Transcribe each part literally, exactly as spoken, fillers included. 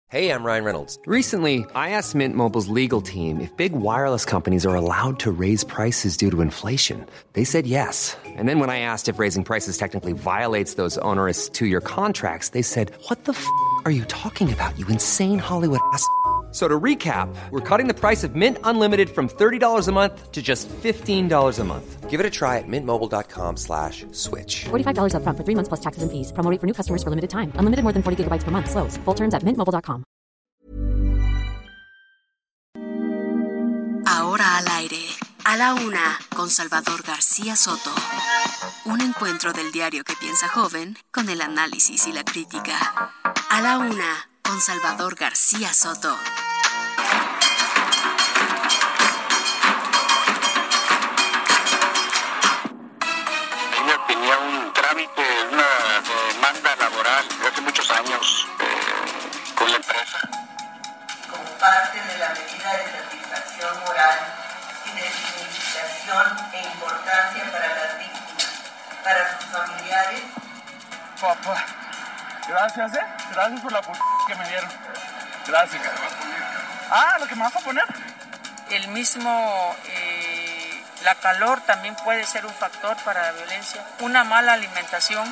Hey, I'm Ryan Reynolds. Recently, I asked Mint Mobile's legal team if big wireless companies are allowed to raise prices due to inflation. They said yes. And then when I asked if raising prices technically violates those onerous two-year contracts, they said, "What the f*** are you talking about, you insane Hollywood ass?" So to recap, we're cutting the price of Mint Unlimited from thirty dollars a month to just fifteen dollars a month. Give it a try at mintmobile.com slash switch. forty-five dollars up front for three months plus taxes and fees. Promo rate for new customers for limited time. Unlimited more than forty gigabytes per month. Slows full terms at mint mobile dot com. Ahora al aire, a la una, con Salvador García Soto. Un encuentro del diario que piensa joven con el análisis y la crítica. A la una, con Salvador García Soto. Ella tenía un trámite, una demanda laboral de hace muchos años eh, con la empresa. Como parte de la medida de satisfacción moral y de significación e importancia para las víctimas, para sus familiares. Papá, gracias, eh. Gracias por la p*** que me dieron. Gracias. Ah, ¿lo que me vas a poner? El mismo, eh, la calor también puede ser un factor para la violencia. Una mala alimentación.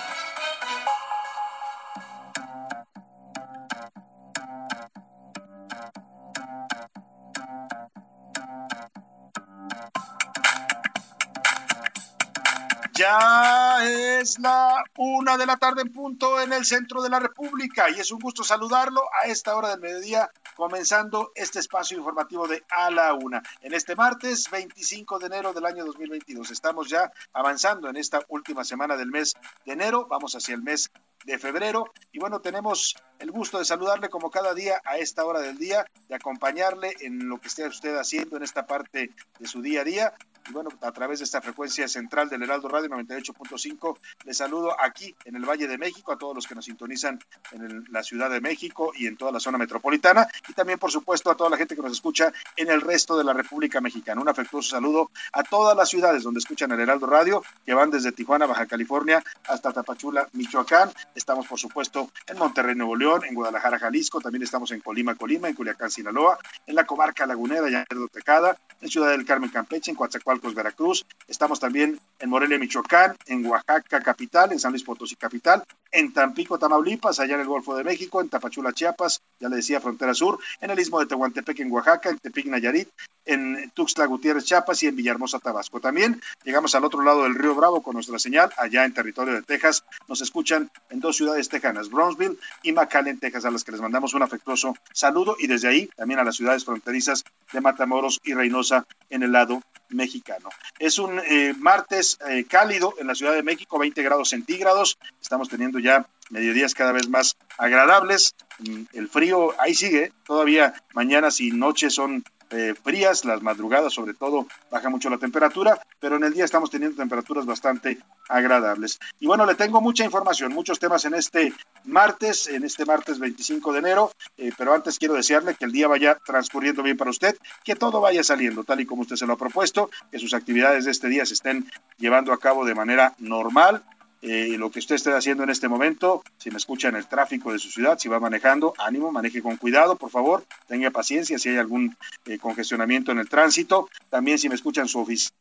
Ya es la una de la tarde en punto en el centro de la República y es un gusto saludarlo a esta hora del mediodía, comenzando este espacio informativo de A la Una. En este martes veinticinco de enero del año dos mil veintidós, estamos ya avanzando en esta última semana del mes de enero, vamos hacia el mes de febrero y bueno, tenemos el gusto de saludarle como cada día a esta hora del día, de acompañarle en lo que esté usted haciendo en esta parte de su día a día. Y bueno, a través de esta frecuencia central del Heraldo Radio noventa y ocho punto cinco, les saludo aquí en el Valle de México, a todos los que nos sintonizan en el, la Ciudad de México y en toda la zona metropolitana, y también, por supuesto, a toda la gente que nos escucha en el resto de la República Mexicana. Un afectuoso saludo a todas las ciudades donde escuchan el Heraldo Radio, que van desde Tijuana, Baja California, hasta Tapachula, Michoacán. Estamos, por supuesto, en Monterrey, Nuevo León, en Guadalajara, Jalisco, también estamos en Colima, Colima, en Culiacán, Sinaloa, en la comarca lagunera, Llanerdo, Tecada, en Ciudad del Carmen, Campeche, en Coatzacoalcos, Veracruz. Estamos también en Morelia, Michoacán, en Oaxaca, capital, en San Luis Potosí, capital, en Tampico, Tamaulipas, allá en el Golfo de México, en Tapachula, Chiapas, ya le decía, frontera sur, en el Istmo de Tehuantepec, en Oaxaca, en Tepic, Nayarit, en Tuxtla Gutiérrez, Chiapas y en Villahermosa, Tabasco. También llegamos al otro lado del río Bravo con nuestra señal, allá en territorio de Texas. Nos escuchan en dos ciudades tejanas, Brownsville y McAllen, Texas, a las que les mandamos un afectuoso saludo, y desde ahí también a las ciudades fronterizas de Matamoros y Reynosa en el lado mexicano. Es un eh, martes eh, cálido en la Ciudad de México, veinte grados centígrados. Estamos teniendo ya mediodías cada vez más agradables. El frío ahí sigue, todavía mañanas y noches son eh, frías, las madrugadas sobre todo baja mucho la temperatura, pero en el día estamos teniendo temperaturas bastante agradables. Y bueno, le tengo mucha información, muchos temas en este martes, en este martes veinticinco de enero, eh, pero antes quiero desearle que el día vaya transcurriendo bien para usted, que todo vaya saliendo tal y como usted se lo ha propuesto, que sus actividades de este día se estén llevando a cabo de manera normal. Eh, lo que usted esté haciendo en este momento, si me escucha en el tráfico de su ciudad, si va manejando, ánimo, maneje con cuidado, por favor, tenga paciencia si hay algún eh, congestionamiento en el tránsito. También si me escucha en su oficina.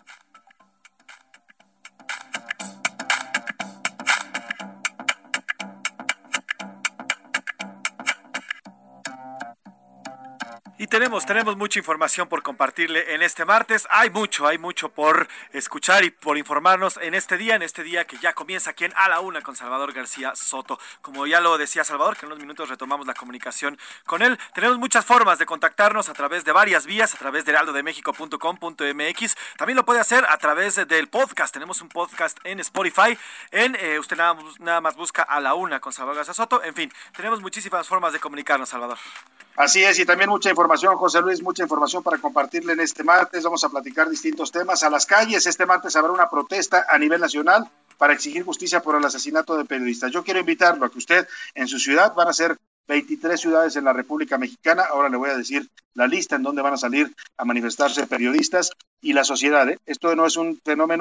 Y tenemos, tenemos mucha información por compartirle en este martes. Hay mucho, hay mucho por escuchar y por informarnos en este día, en este día que ya comienza aquí en A la Una con Salvador García Soto. Como ya lo decía Salvador, que en unos minutos retomamos la comunicación con él. Tenemos muchas formas de contactarnos a través de varias vías, a través de heraldo de méxico punto com punto m x. También lo puede hacer a través del podcast. Tenemos un podcast en Spotify. En eh, usted nada, nada más busca A la Una con Salvador García Soto. En fin, tenemos muchísimas formas de comunicarnos, Salvador. Así es, y también mucha información, José Luis, mucha información para compartirle en este martes. Vamos a platicar distintos temas a las calles. Este martes habrá una protesta a nivel nacional para exigir justicia por el asesinato de periodistas. Yo quiero invitarlo a que usted en su ciudad, van a ser veintitrés ciudades en la República Mexicana, ahora le voy a decir la lista en donde van a salir a manifestarse periodistas y la sociedad, ¿eh? Esto no es un fenómeno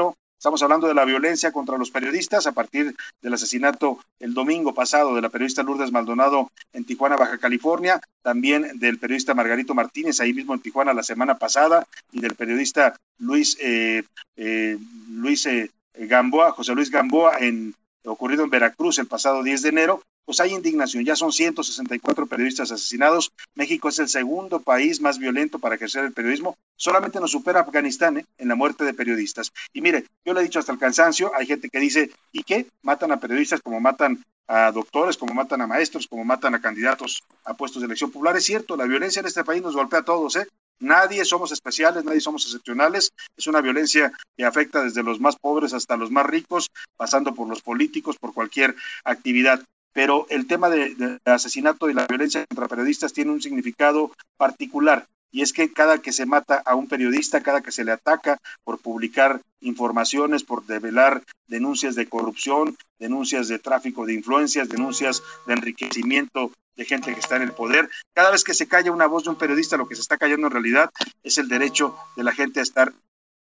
Estamos hablando de la violencia contra los periodistas a partir del asesinato el domingo pasado de la periodista Lourdes Maldonado en Tijuana, Baja California, también del periodista Margarito Martínez ahí mismo en Tijuana la semana pasada y del periodista Luis eh, eh, Luis eh, Gamboa, José Luis Gamboa, en ocurrido en Veracruz el pasado diez de enero. Pues hay indignación, ya son ciento sesenta y cuatro periodistas asesinados. México es el segundo país más violento para ejercer el periodismo, solamente nos supera Afganistán ¿eh? en la muerte de periodistas. Y mire, yo le he dicho hasta el cansancio, hay gente que dice, ¿y qué? Matan a periodistas como matan a doctores, como matan a maestros, como matan a candidatos a puestos de elección popular. Es cierto, la violencia en este país nos golpea a todos, ¿eh? Nadie somos especiales, nadie somos excepcionales, es una violencia que afecta desde los más pobres hasta los más ricos, pasando por los políticos, por cualquier actividad. Pero el tema de, de asesinato y la violencia contra periodistas tiene un significado particular, y es que cada que se mata a un periodista, cada que se le ataca por publicar informaciones, por develar denuncias de corrupción, denuncias de tráfico de influencias, denuncias de enriquecimiento de gente que está en el poder, cada vez que se calla una voz de un periodista, lo que se está callando en realidad es el derecho de la gente a estar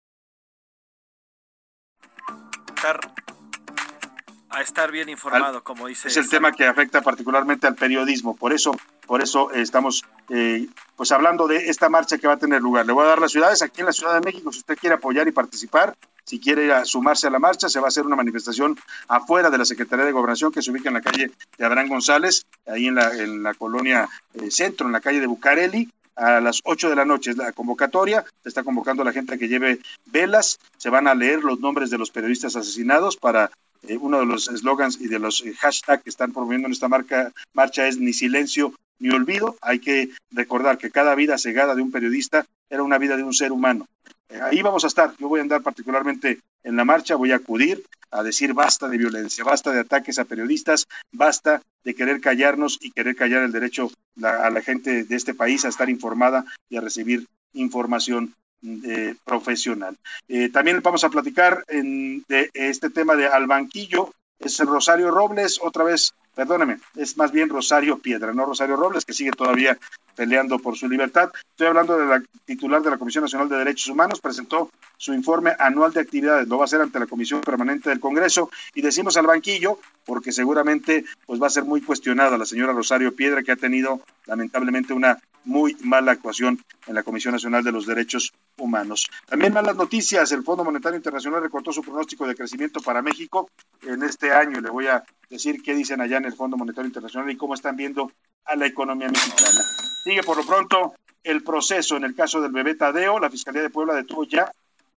a estar bien informado, al, como dice. Es el tema que afecta particularmente al periodismo, por eso, por eso eh, estamos eh, pues hablando de esta marcha que va a tener lugar. Le voy a dar las ciudades, aquí en la Ciudad de México, si usted quiere apoyar y participar, si quiere ir a sumarse a la marcha, se va a hacer una manifestación afuera de la Secretaría de Gobernación, que se ubica en la calle de Abraham González, ahí en la, en la colonia eh, Centro, en la calle de Bucareli, a las ocho de la noche es la convocatoria, se está convocando a la gente a que lleve velas, se van a leer los nombres de los periodistas asesinados para eh, uno de los eslogans y de los eh, hashtags que están promoviendo en esta marca, marcha es ni silencio ni olvido. Hay que recordar que cada vida cegada de un periodista era una vida de un ser humano. Eh, ahí vamos a estar, yo voy a andar particularmente en la marcha, voy a acudir a decir basta de violencia, basta de ataques a periodistas, basta de querer callarnos y querer callar el derecho la, a la gente de este país a estar informada y a recibir información eh, profesional. Eh, también vamos a platicar en, de este tema de Al Banquillo, es Rosario Robles, otra vez, perdóneme, es más bien Rosario Piedra, no Rosario Robles, que sigue todavía peleando por su libertad. Estoy hablando de la titular de la Comisión Nacional de Derechos Humanos, presentó su informe anual de actividades, lo va a hacer ante la Comisión Permanente del Congreso, y decimos Al Banquillo porque seguramente pues va a ser muy cuestionada la señora Rosario Piedra, que ha tenido lamentablemente una muy mala actuación en la Comisión Nacional de los Derechos Humanos. También malas noticias, el Fondo Monetario Internacional recortó su pronóstico de crecimiento para México en este año. Le voy a decir qué dicen allá en el Fondo Monetario Internacional y cómo están viendo a la economía mexicana. Sigue por lo pronto el proceso en el caso del bebé Tadeo. La Fiscalía de Puebla detuvo ya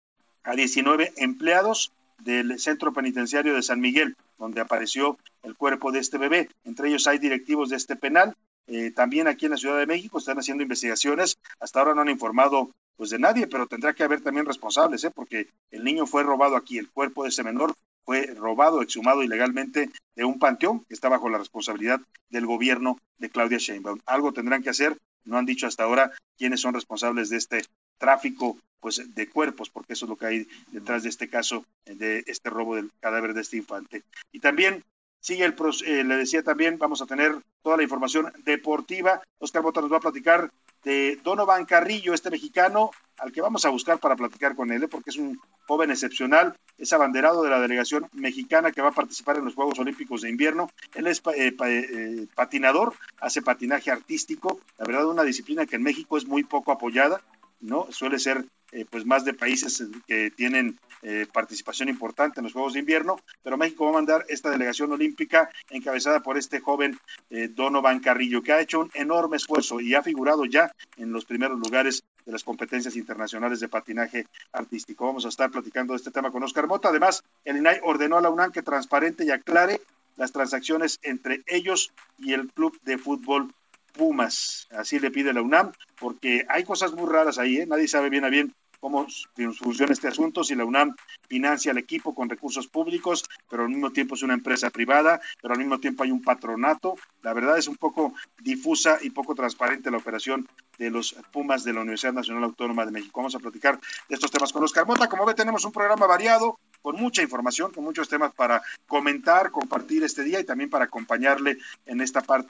a diecinueve empleados del Centro Penitenciario de San Miguel, donde apareció el cuerpo de este bebé. Entre ellos hay directivos de este penal. Eh, también aquí en la Ciudad de México están haciendo investigaciones. Hasta ahora no han informado pues de nadie, pero tendrá que haber también responsables, ¿eh? porque el niño fue robado aquí, el cuerpo de ese menor fue robado, exhumado ilegalmente de un panteón que está bajo la responsabilidad del gobierno de Claudia Sheinbaum. Algo tendrán que hacer, no han dicho hasta ahora quiénes son responsables de este tráfico pues de cuerpos, porque eso es lo que hay detrás de este caso, de este robo del cadáver de este infante. Y también sigue el, eh, le decía también, vamos a tener toda la información deportiva. Oscar Mota nos va a platicar de Donovan Carrillo, este mexicano, al que vamos a buscar para platicar con él, ¿eh? porque es un joven excepcional, es abanderado de la delegación mexicana que va a participar en los Juegos Olímpicos de Invierno. Él es eh, pa, eh, patinador, hace patinaje artístico, la verdad una disciplina que en México es muy poco apoyada, ¿no? Suele ser eh, pues más de países que tienen eh, participación importante en los Juegos de Invierno, pero México va a mandar esta delegación olímpica encabezada por este joven eh, Donovan Carrillo, que ha hecho un enorme esfuerzo y ha figurado ya en los primeros lugares de las competencias internacionales de patinaje artístico. Vamos a estar platicando de este tema con Oscar Mota. Además, el I N A I ordenó a la UNAM que transparente y aclare las transacciones entre ellos y el club de fútbol Pumas. Así le pide la UNAM, porque hay cosas muy raras ahí, ¿eh? Nadie sabe bien a bien cómo funciona este asunto, si la UNAM financia al equipo con recursos públicos, pero al mismo tiempo es una empresa privada, pero al mismo tiempo hay un patronato. La verdad es un poco difusa y poco transparente la operación de los Pumas de la Universidad Nacional Autónoma de México. Vamos a platicar de estos temas con Oscar Mota. Como ve, tenemos un programa variado, con mucha información, con muchos temas para comentar, compartir este día y también para acompañarle en esta parte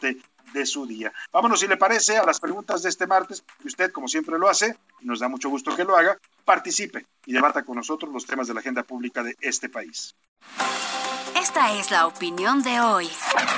de su día. Vámonos, si le parece, a las preguntas de este martes, que usted, como siempre lo hace, y nos da mucho gusto que lo haga, participe y debata con nosotros los temas de la agenda pública de este país. Esta es la opinión de hoy.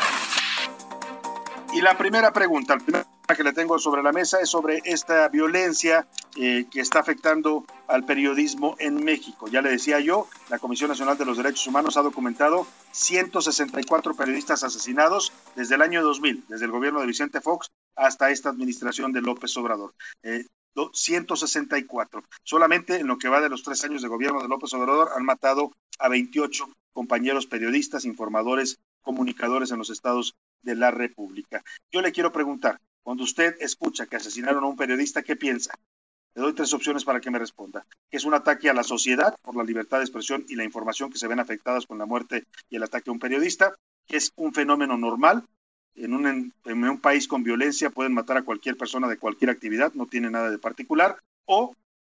Y la primera pregunta, la primera que le tengo sobre la mesa es sobre esta violencia eh, que está afectando al periodismo en México. Ya le decía yo, la Comisión Nacional de los Derechos Humanos ha documentado ciento sesenta y cuatro periodistas asesinados desde el año dos mil, desde el gobierno de Vicente Fox hasta esta administración de López Obrador. Eh, ciento sesenta y cuatro. Solamente en lo que va de los tres años de gobierno de López Obrador han matado a veintiocho compañeros periodistas, informadores, comunicadores en los estados de la República. Yo le quiero preguntar, cuando usted escucha que asesinaron a un periodista, ¿qué piensa? Le doy tres opciones para que me responda. Que es un ataque a la sociedad por la libertad de expresión y la información que se ven afectadas con la muerte y el ataque a un periodista, que es un fenómeno normal. En un, en un país con violencia pueden matar a cualquier persona de cualquier actividad, no tiene nada de particular. O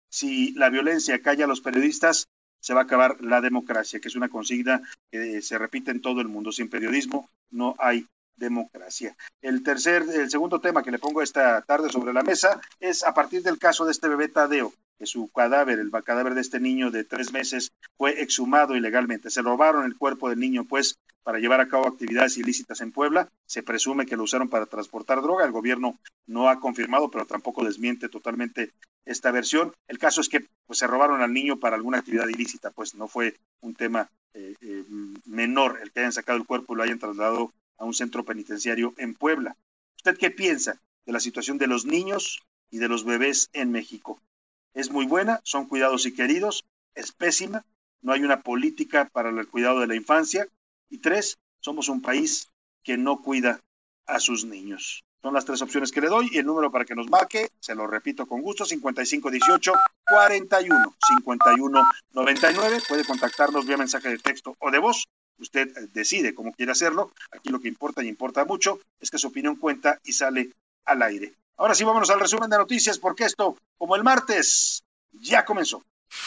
si la violencia calla a los periodistas, se va a acabar la democracia, que es una consigna que se repite en todo el mundo. Sin periodismo no hay democracia. El tercer, el segundo tema que le pongo esta tarde sobre la mesa es a partir del caso de este bebé Tadeo, que su cadáver, el cadáver de este niño de tres meses fue exhumado ilegalmente. Se robaron el cuerpo del niño, pues, para llevar a cabo actividades ilícitas en Puebla. Se presume que lo usaron para transportar droga. El gobierno no ha confirmado, pero tampoco desmiente totalmente esta versión. El caso es que pues, se robaron al niño para alguna actividad ilícita, pues no fue un tema eh, eh, menor el que hayan sacado el cuerpo y lo hayan trasladado a un centro penitenciario en Puebla. ¿Usted qué piensa de la situación de los niños y de los bebés en México? ¿Es muy buena? ¿Son cuidados y queridos? ¿Es pésima? ¿No hay una política para el cuidado de la infancia? Y tres, somos un país que no cuida a sus niños. Son las tres opciones que le doy y el número para que nos marque, se lo repito con gusto, cincuenta y cinco dieciocho cuarenta y uno cincuenta y uno noventa y nueve. Puede contactarnos vía mensaje de texto o de voz. Usted decide cómo quiere hacerlo. Aquí lo que importa y importa mucho es que su opinión cuenta y sale al aire. Ahora sí, vámonos al resumen de noticias, porque esto, como el martes, ya comenzó.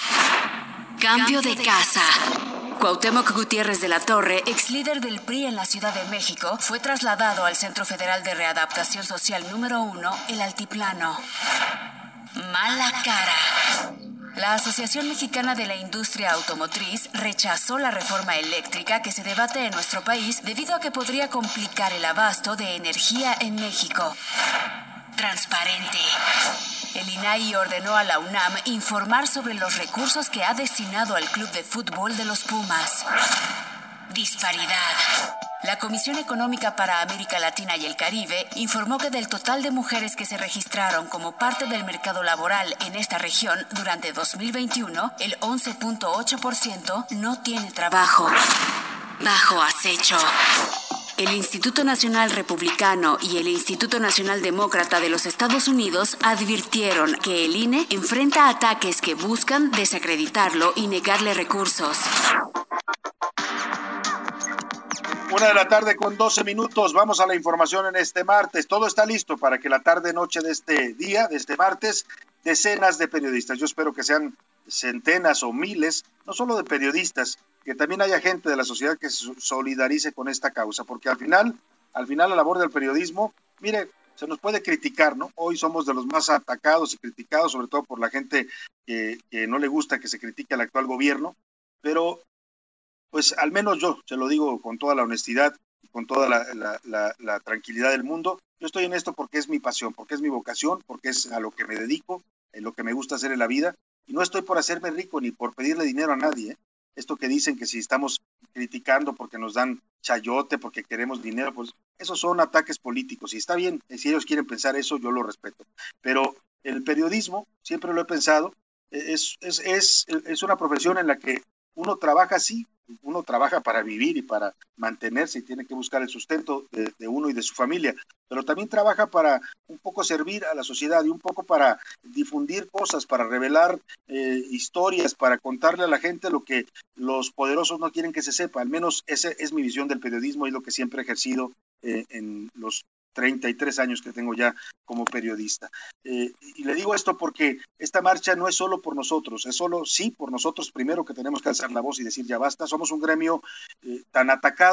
Cambio de casa. Cuauhtémoc Gutiérrez de la Torre, ex líder del P R I en la Ciudad de México, fue trasladado al Centro Federal de Readaptación Social número uno, El Altiplano. Mala cara. La Asociación Mexicana de la Industria Automotriz rechazó la reforma eléctrica que se debate en nuestro país debido a que podría complicar el abasto de energía en México. Transparente. El I N A I ordenó a la UNAM informar sobre los recursos que ha destinado al Club de Fútbol de los Pumas. Disparidad. La Comisión Económica para América Latina y el Caribe informó que del total de mujeres que se registraron como parte del mercado laboral en esta región durante dos mil veintiuno, el once punto ocho por ciento no tiene trabajo. Bajo acecho. El Instituto Nacional Republicano y el Instituto Nacional Demócrata de los Estados Unidos advirtieron que el I N E enfrenta ataques que buscan desacreditarlo y negarle recursos. Una de la tarde con doce minutos, vamos a la información en este martes. Todo está listo para que la tarde-noche de este día, de este martes, decenas de periodistas, yo espero que sean centenas o miles, no solo de periodistas, que también haya gente de la sociedad que se solidarice con esta causa, porque al final, al final la labor del periodismo, mire, se nos puede criticar, ¿no? Hoy somos de los más atacados y criticados, sobre todo por la gente que, que no le gusta que se critique al actual gobierno, pero pues al menos yo, se lo digo con toda la honestidad y con toda la, la, la, la tranquilidad del mundo, yo estoy en esto porque es mi pasión, porque es mi vocación, porque es a lo que me dedico, en lo que me gusta hacer en la vida, y no estoy por hacerme rico ni por pedirle dinero a nadie, ¿eh? Esto que dicen que si estamos criticando porque nos dan chayote, porque queremos dinero, pues esos son ataques políticos, y está bien, si ellos quieren pensar eso, yo lo respeto, pero el periodismo, siempre lo he pensado, es, es, es, es una profesión en la que uno trabaja así, uno trabaja para vivir y para mantenerse y tiene que buscar el sustento de, de uno y de su familia, pero también trabaja para un poco servir a la sociedad y un poco para difundir cosas, para revelar eh, historias, para contarle a la gente lo que los poderosos no quieren que se sepa. Al menos esa es mi visión del periodismo y lo que siempre he ejercido eh, en los treinta y tres años que tengo ya como periodista. Eh, y le digo esto porque esta marcha no es solo por nosotros, es solo, sí, por nosotros primero que tenemos que alzar la voz y decir ya basta. Somos un gremio eh, tan atacado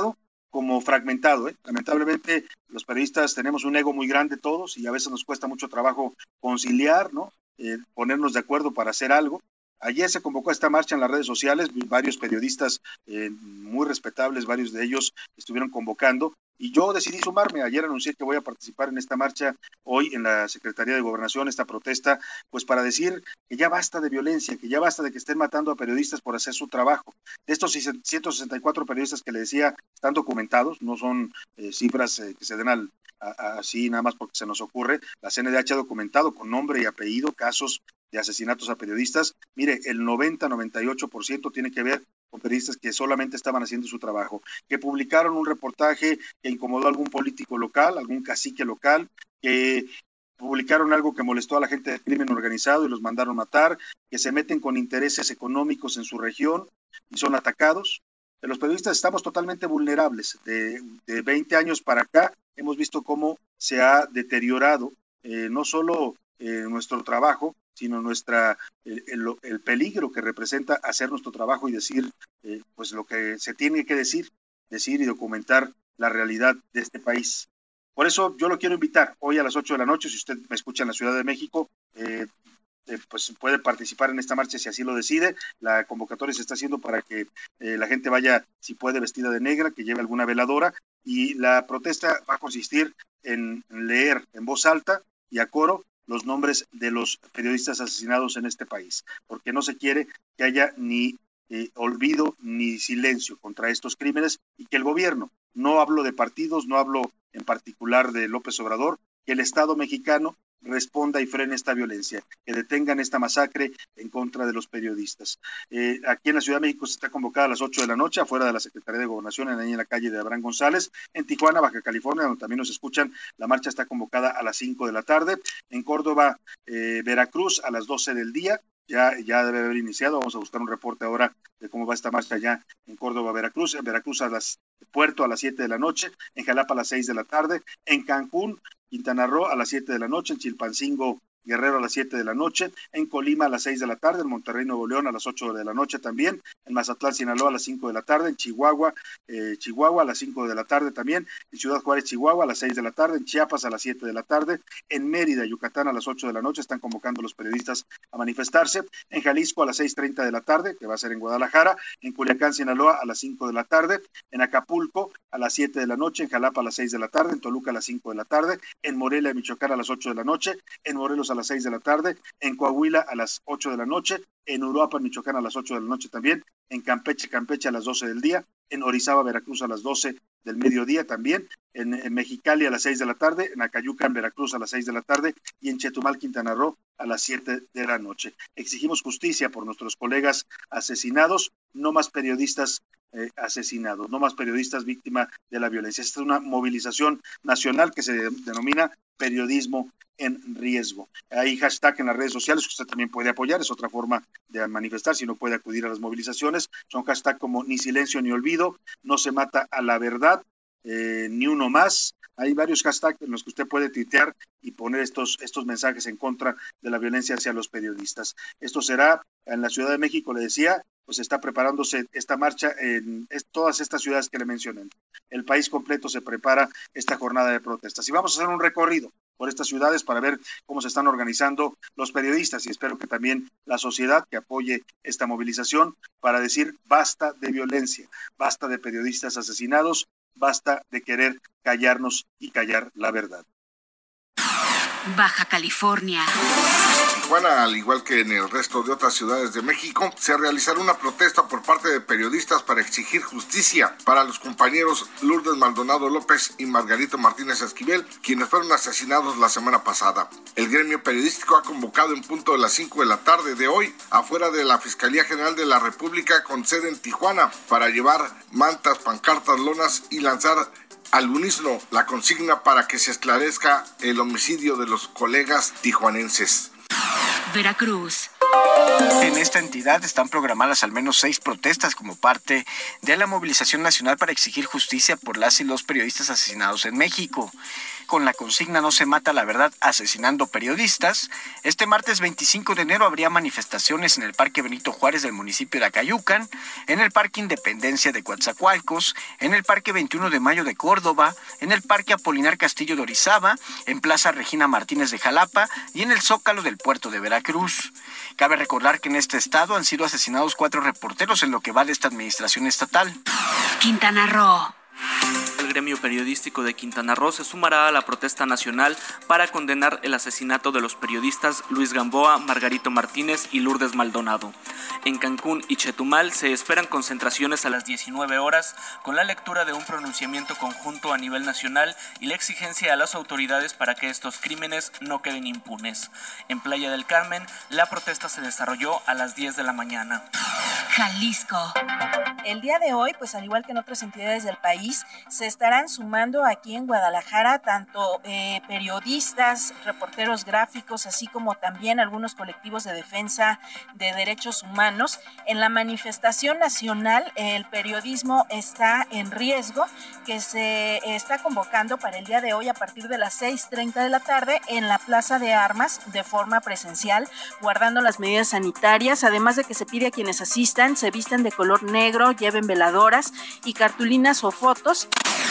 como fragmentado, ¿eh? Lamentablemente los periodistas tenemos un ego muy grande todos y a veces nos cuesta mucho trabajo conciliar, ¿no? Eh, ponernos de acuerdo para hacer algo. Ayer se convocó esta marcha en las redes sociales, varios periodistas eh, muy respetables, varios de ellos estuvieron convocando y yo decidí sumarme. Ayer anuncié que voy a participar en esta marcha hoy en la Secretaría de Gobernación, esta protesta, pues para decir que ya basta de violencia, que ya basta de que estén matando a periodistas por hacer su trabajo. De estos ciento sesenta y cuatro periodistas que le decía, están documentados, no son eh, cifras eh, que se den al, a, a, así nada más porque se nos ocurre. La C N D H ha documentado con nombre y apellido casos de asesinatos a periodistas. Mire, el noventa, noventa y ocho por ciento tiene que ver con periodistas que solamente estaban haciendo su trabajo, que publicaron un reportaje que incomodó a algún político local, algún cacique local, que publicaron algo que molestó a la gente del crimen organizado y los mandaron matar, que se meten con intereses económicos en su región y son atacados. Los periodistas estamos totalmente vulnerables. De, de veinte años para acá hemos visto cómo se ha deteriorado eh, no solo eh, nuestro trabajo, sino nuestra el, el, el peligro que representa hacer nuestro trabajo y decir eh, pues lo que se tiene que decir, decir y documentar la realidad de este país. Por eso yo lo quiero invitar hoy a las ocho de la noche, si usted me escucha en la Ciudad de México, eh, eh, pues puede participar en esta marcha si así lo decide. La convocatoria se está haciendo para que eh, la gente vaya, si puede, vestida de negra, que lleve alguna veladora, y la protesta va a consistir en leer en voz alta y a coro los nombres de los periodistas asesinados en este país, porque no se quiere que haya ni eh, olvido ni silencio contra estos crímenes y que el gobierno, no hablo de partidos, no hablo en particular de López Obrador, que el Estado mexicano responda y frene esta violencia, que detengan esta masacre en contra de los periodistas. Eh, aquí en la Ciudad de México se está convocada a las ocho de la noche, afuera de la Secretaría de Gobernación, en, en la calle de Abraham González. En Tijuana, Baja California, donde también nos escuchan, la marcha está convocada a las cinco de la tarde. En Córdoba, eh, Veracruz, a las doce del día. Ya, ya debe haber iniciado. Vamos a buscar un reporte ahora de cómo va esta marcha allá en Córdoba, Veracruz. En Veracruz, a las Puerto a las siete de la noche. En Jalapa, a las seis de la tarde. En Cancún, Quintana Roo, a las siete de la noche. En Chilpancingo, Guerrero, a las siete de la noche. En Colima, a las seis de la tarde. En Monterrey, Nuevo León, a las ocho de la noche también. En Mazatlán, Sinaloa, a las cinco de la tarde. En Chihuahua, eh, Chihuahua, a las cinco de la tarde también. En Ciudad Juárez, Chihuahua, a las seis de la tarde. En Chiapas, a las siete de la tarde. En Mérida, Yucatán, a las ocho de la noche. Están convocando a los periodistas a manifestarse. En Jalisco, a las seis treinta de la tarde, que va a ser en Guadalajara. En Culiacán, Sinaloa, a las cinco de la tarde. En Acapulco, a las siete de la noche. En Jalapa, a las seis de la tarde. En Toluca, a las cinco de la tarde. En Morelia, Michoacán, a las ocho de la noche. En Morelos, a las seis de la tarde. En Coahuila, a las ocho de la noche. En Uruapan, Michoacán, a las ocho de la noche también. En Campeche, Campeche, a las doce del día. En Orizaba, Veracruz, a las doce del mediodía también. En, en Mexicali, a las seis de la tarde. En Acayuca, en Veracruz, a las seis de la tarde. Y en Chetumal, Quintana Roo, a las siete de la noche. Exigimos justicia por nuestros colegas asesinados, no más periodistas eh, asesinados, no más periodistas víctimas de la violencia. Esta es una movilización nacional que se denomina periodismo en riesgo. Hay hashtag en las redes sociales que usted también puede apoyar, es otra forma de manifestar si no puede acudir a las movilizaciones. Son hashtag como ni silencio ni olvido, no se mata a la verdad, eh, ni uno más. Hay varios hashtags en los que usted puede tuitear y poner estos, estos mensajes en contra de la violencia hacia los periodistas. Esto será en la Ciudad de México, le decía, pues está preparándose esta marcha en todas estas ciudades que le mencioné. El país completo se prepara esta jornada de protestas. Y vamos a hacer un recorrido por estas ciudades para ver cómo se están organizando los periodistas y espero que también la sociedad que apoye esta movilización para decir basta de violencia, basta de periodistas asesinados, basta de querer callarnos y callar la verdad. Baja California. En Tijuana, al igual que en el resto de otras ciudades de México, se realizará una protesta por parte de periodistas para exigir justicia para los compañeros Lourdes Maldonado López y Margarito Martínez Esquivel, quienes fueron asesinados la semana pasada. El gremio periodístico ha convocado en punto de las cinco de la tarde de hoy afuera de la Fiscalía General de la República con sede en Tijuana para llevar mantas, pancartas, lonas y lanzar al unísono la consigna para que se esclarezca el homicidio de los colegas tijuanenses. Veracruz. En esta entidad están programadas al menos seis protestas como parte de la movilización nacional para exigir justicia por las y los periodistas asesinados en México. con la consigna "No se mata la verdad asesinando periodistas". Este martes veinticinco de enero habría manifestaciones en el Parque Benito Juárez del municipio de Acayucan, en el Parque Independencia de Coatzacoalcos, en el Parque veintiuno de Mayo de Córdoba, en el Parque Apolinar Castillo de Orizaba, en Plaza Regina Martínez de Jalapa y en el Zócalo del puerto de Veracruz. Cabe recordar que en este estado han sido asesinados cuatro reporteros en lo que va de esta administración estatal. Quintana Roo. El gremio periodístico de Quintana Roo se sumará a la protesta nacional para condenar el asesinato de los periodistas Luis Gamboa, Margarito Martínez y Lourdes Maldonado. En Cancún y Chetumal se esperan concentraciones a las diecinueve horas con la lectura de un pronunciamiento conjunto a nivel nacional y la exigencia a las autoridades para que estos crímenes no queden impunes. En Playa del Carmen, la protesta se desarrolló a las diez de la mañana. Jalisco. El día de hoy, pues al igual que en otras entidades del país, se estarán sumando aquí en Guadalajara tanto eh, periodistas, reporteros gráficos, así como también algunos colectivos de defensa de derechos humanos. En la manifestación nacional, el periodismo está en riesgo, que se está convocando para el día de hoy a partir de las seis treinta de la tarde en la Plaza de Armas de forma presencial, guardando las medidas sanitarias, además de que se pide a quienes asistan se vistan de color negro, lleven veladoras y cartulinas o fotos.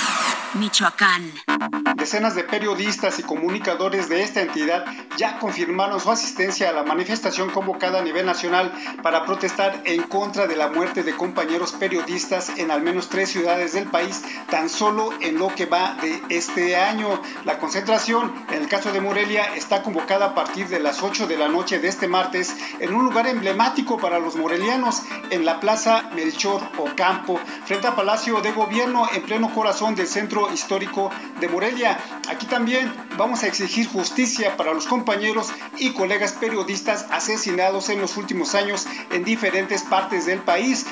Michoacán. Decenas de periodistas y comunicadores de esta entidad ya confirmaron su asistencia a la manifestación convocada a nivel nacional para protestar en contra de la muerte de compañeros periodistas en al menos tres ciudades del país, tan solo en lo que va de este año. La concentración, en el caso de Morelia, está convocada a partir de las ocho de la noche de este martes en un lugar emblemático para los morelianos, en la Plaza Melchor Ocampo, frente al Palacio de Gobierno, en pleno corazón del centro histórico de Morelia. Aquí también vamos a exigir justicia para los compañeros y colegas periodistas asesinados en los últimos años en diferentes partes del país.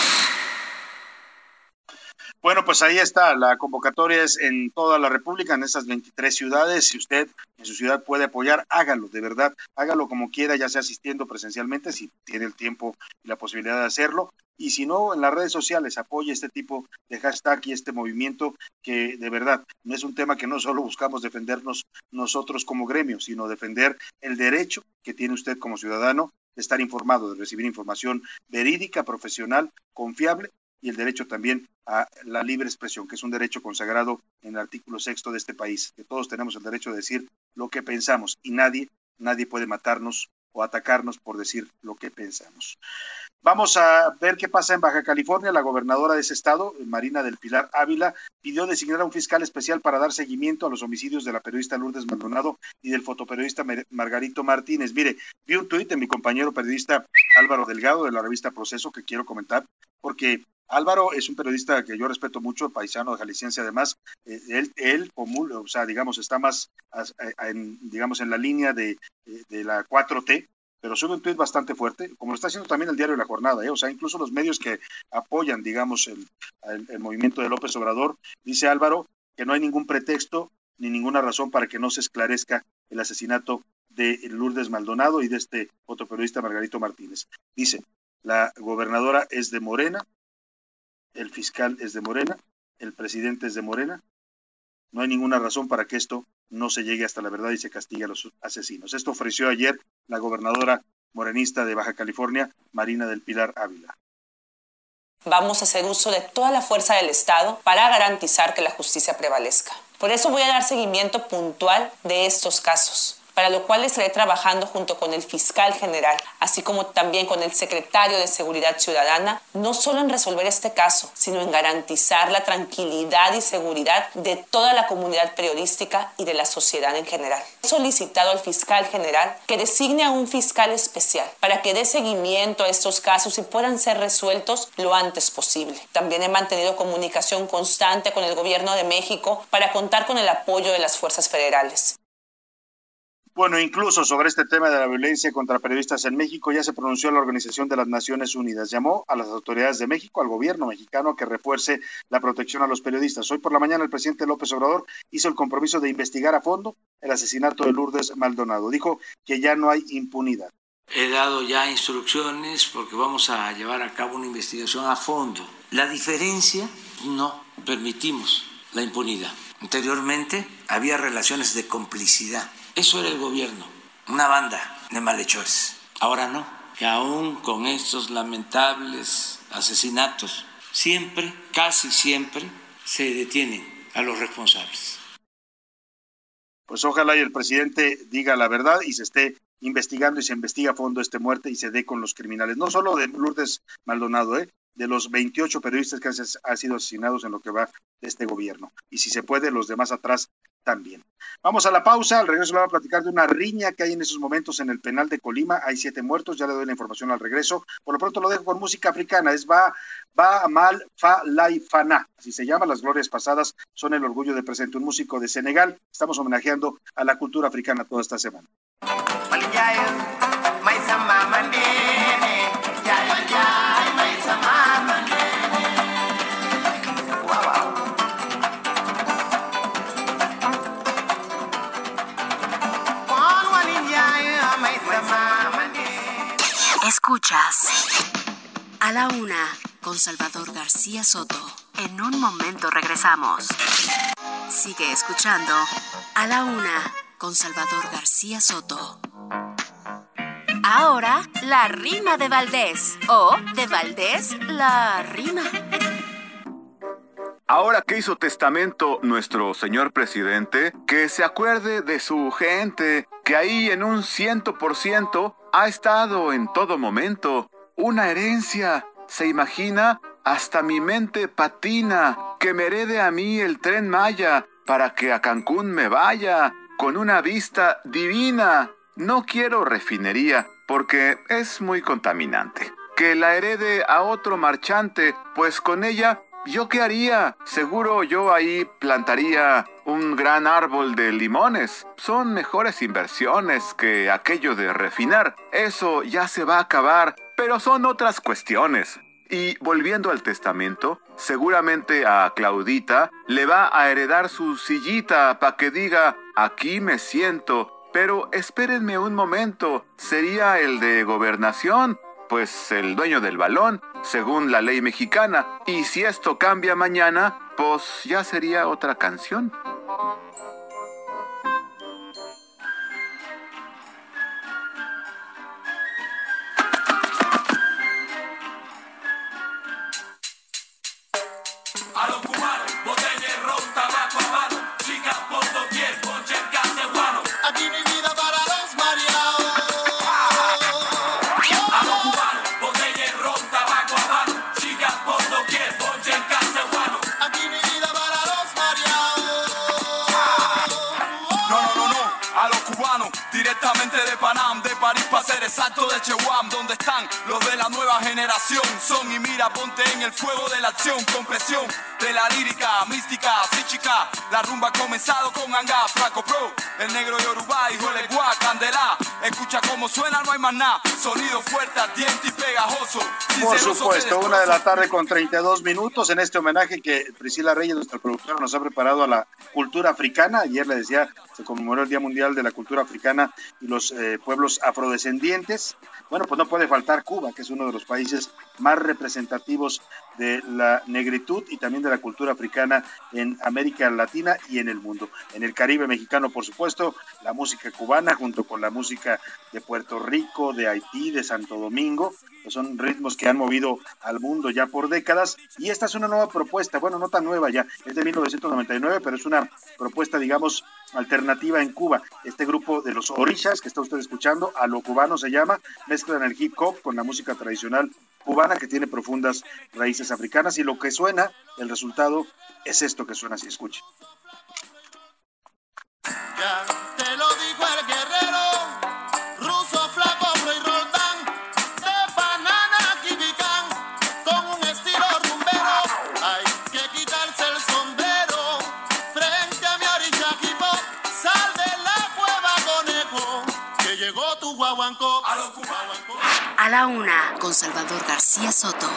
Bueno, pues ahí está, la convocatoria es en toda la República, en esas veintitrés ciudades. Si usted en su ciudad puede apoyar, hágalo, de verdad, hágalo como quiera, ya sea asistiendo presencialmente, si tiene el tiempo y la posibilidad de hacerlo, y si no, en las redes sociales, apoye este tipo de hashtag y este movimiento que de verdad no es un tema que no solo buscamos defendernos nosotros como gremio, sino defender el derecho que tiene usted como ciudadano de estar informado, de recibir información verídica, profesional, confiable, y el derecho también a la libre expresión, que es un derecho consagrado en el artículo sexto de este país, que todos tenemos el derecho de decir lo que pensamos y nadie, nadie puede matarnos o atacarnos por decir lo que pensamos. Vamos a ver qué pasa en Baja California. La gobernadora de ese estado, Marina del Pilar Ávila, pidió designar a un fiscal especial para dar seguimiento a los homicidios de la periodista Lourdes Maldonado y del fotoperiodista Margarito Martínez. Mire, vi un tuit de mi compañero periodista Álvaro Delgado de la revista Proceso que quiero comentar, porque Álvaro es un periodista que yo respeto mucho, paisano de jalisciense además. Eh, él, él común, o sea, digamos, está más, en, digamos, en la línea de, de la cuatro T, pero sube un tuit bastante fuerte, como lo está haciendo también el diario La Jornada, ¿eh? O sea, incluso los medios que apoyan, digamos, el, el, el movimiento de López Obrador. Dice Álvaro que no hay ningún pretexto ni ninguna razón para que no se esclarezca el asesinato de Lourdes Maldonado y de este fotoperiodista Margarito Martínez. Dice, la gobernadora es de Morena, el fiscal es de Morena, el presidente es de Morena. No hay ninguna razón para que esto no se llegue hasta la verdad y se castigue a los asesinos. Esto ofreció ayer la gobernadora morenista de Baja California, Marina del Pilar Ávila. Vamos a hacer uso de toda la fuerza del Estado para garantizar que la justicia prevalezca. Por eso voy a dar seguimiento puntual de estos casos, para lo cual estaré trabajando junto con el fiscal general, así como también con el secretario de Seguridad Ciudadana, no solo en resolver este caso, sino en garantizar la tranquilidad y seguridad de toda la comunidad periodística y de la sociedad en general. He solicitado al fiscal general que designe a un fiscal especial para que dé seguimiento a estos casos y puedan ser resueltos lo antes posible. También he mantenido comunicación constante con el Gobierno de México para contar con el apoyo de las fuerzas federales. Bueno, incluso sobre este tema de la violencia contra periodistas en México ya se pronunció la Organización de las Naciones Unidas. Llamó a las autoridades de México, al gobierno mexicano, a que refuerce la protección a los periodistas. Hoy por la mañana el presidente López Obrador hizo el compromiso de investigar a fondo el asesinato de Lourdes Maldonado. Dijo que ya no hay impunidad. He dado ya instrucciones porque vamos a llevar a cabo una investigación a fondo. La diferencia, no permitimos la impunidad. Anteriormente había relaciones de complicidad. Eso era el gobierno, una banda de malhechores. Ahora no, que aún con estos lamentables asesinatos, siempre, casi siempre, se detienen a los responsables. Pues ojalá y el presidente diga la verdad y se esté investigando y se investiga a fondo esta muerte y se dé con los criminales. No solo de Lourdes Maldonado, ¿eh? de los veintiocho periodistas que han sido asesinados en lo que va de este gobierno. Y si se puede, los demás atrás también. Vamos a la pausa, al regreso le voy a platicar de una riña que hay en esos momentos en el penal de Colima. Hay siete muertos, ya le doy la información al regreso. Por lo pronto lo dejo con música africana, es Ba, Ba Amal Fa Lai Fana, así se llama. Las glorias pasadas son el orgullo de presente, un músico de Senegal. Estamos homenajeando a la cultura africana toda esta semana. Escuchas A la Una con Salvador García Soto. En un momento regresamos. Sigue escuchando A la Una con Salvador García Soto. Ahora, la rima de Valdés. O, de Valdés, la rima. Ahora que hizo testamento nuestro señor presidente, que se acuerde de su gente, que ahí en un ciento por ciento ha estado en todo momento. Una herencia, se imagina, hasta mi mente patina, que me herede a mí el Tren Maya, para que a Cancún me vaya, con una vista divina. No quiero refinería, porque es muy contaminante. Que la herede a otro marchante, pues con ella, ¿yo qué haría? Seguro yo ahí plantaría un gran árbol de limones. Son mejores inversiones que aquello de refinar. Eso ya se va a acabar, pero son otras cuestiones. Y volviendo al testamento, seguramente a Claudita le va a heredar su sillita para que diga, aquí me siento. Pero espérenme un momento, sería el de gobernación, pues el dueño del balón, según la ley mexicana. Y si esto cambia mañana, pues ya sería otra canción. A los cubanos, botella de ron, tabaco a mano, chicas por doquier, ponche en cacebuano. Aquí mi vida para los mareados. A los cubanos, botella de ron, tabaco a mano, chicas por doquier, ponche en cacebuano. Aquí mi vida para los mareados. No, no, no, no, a los cubanos, directamente de Panam, de París para ser exacto de Chewam, donde están los de la nueva generación. Son y mira, ponte en el fuego de la acción, con presión de la lírica, mística, psíquica. La rumba ha comenzado con Anga, Flaco Pro, el negro Yoruba, hijo de Guá, Candela. Escucha cómo suena, no hay más nada. Sonido fuerte, ardiente y pegajoso. Por supuesto, una de la tarde con treinta y dos minutos en este homenaje que Priscila Reyes, nuestra productora, nos ha preparado a la cultura africana. Ayer le decía, se conmemoró el Día Mundial de la Cultura Africana y los eh, pueblos afrodescendientes. Bueno, pues no puede faltar Cuba, que es uno de los países más representativos de la negritud y también de la cultura africana en América Latina y en el mundo. En el Caribe mexicano, por supuesto, la música cubana junto con la música de Puerto Rico, de Haití, de Santo Domingo, que son ritmos que han movido al mundo ya por décadas. Y esta es una nueva propuesta, bueno, no tan nueva ya, es de mil novecientos noventa y nueve, pero es una propuesta, digamos, alternativa en Cuba. Este grupo de los Orishas que está usted escuchando, a lo cubano se llama, mezclan el hip hop con la música tradicional cubana que tiene profundas raíces africanas, y lo que suena, el resultado es esto que suena así, escuche. Ya te lo dijo el guerrero, ruso, flaco, Froy Roldán, de Banana Kibicán, con un estilo rumbero, hay que quitarse el sombrero, frente a mi orilla hip hop, sal de la cueva conejo, que llegó tu guaguancó, a los cubanos. A la Una con Salvador García Soto.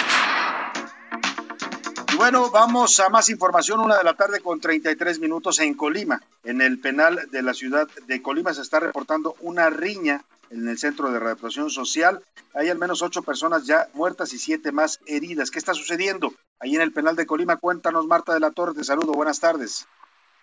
Y bueno, vamos a más información. Una de la tarde con treinta y tres minutos en Colima. En el penal de la ciudad de Colima se está reportando una riña en el Centro de Readaptación Social. Hay al menos ocho personas ya muertas y siete más heridas. ¿Qué está sucediendo ahí en el penal de Colima? Cuéntanos, Marta de la Torre. Te saludo. Buenas tardes.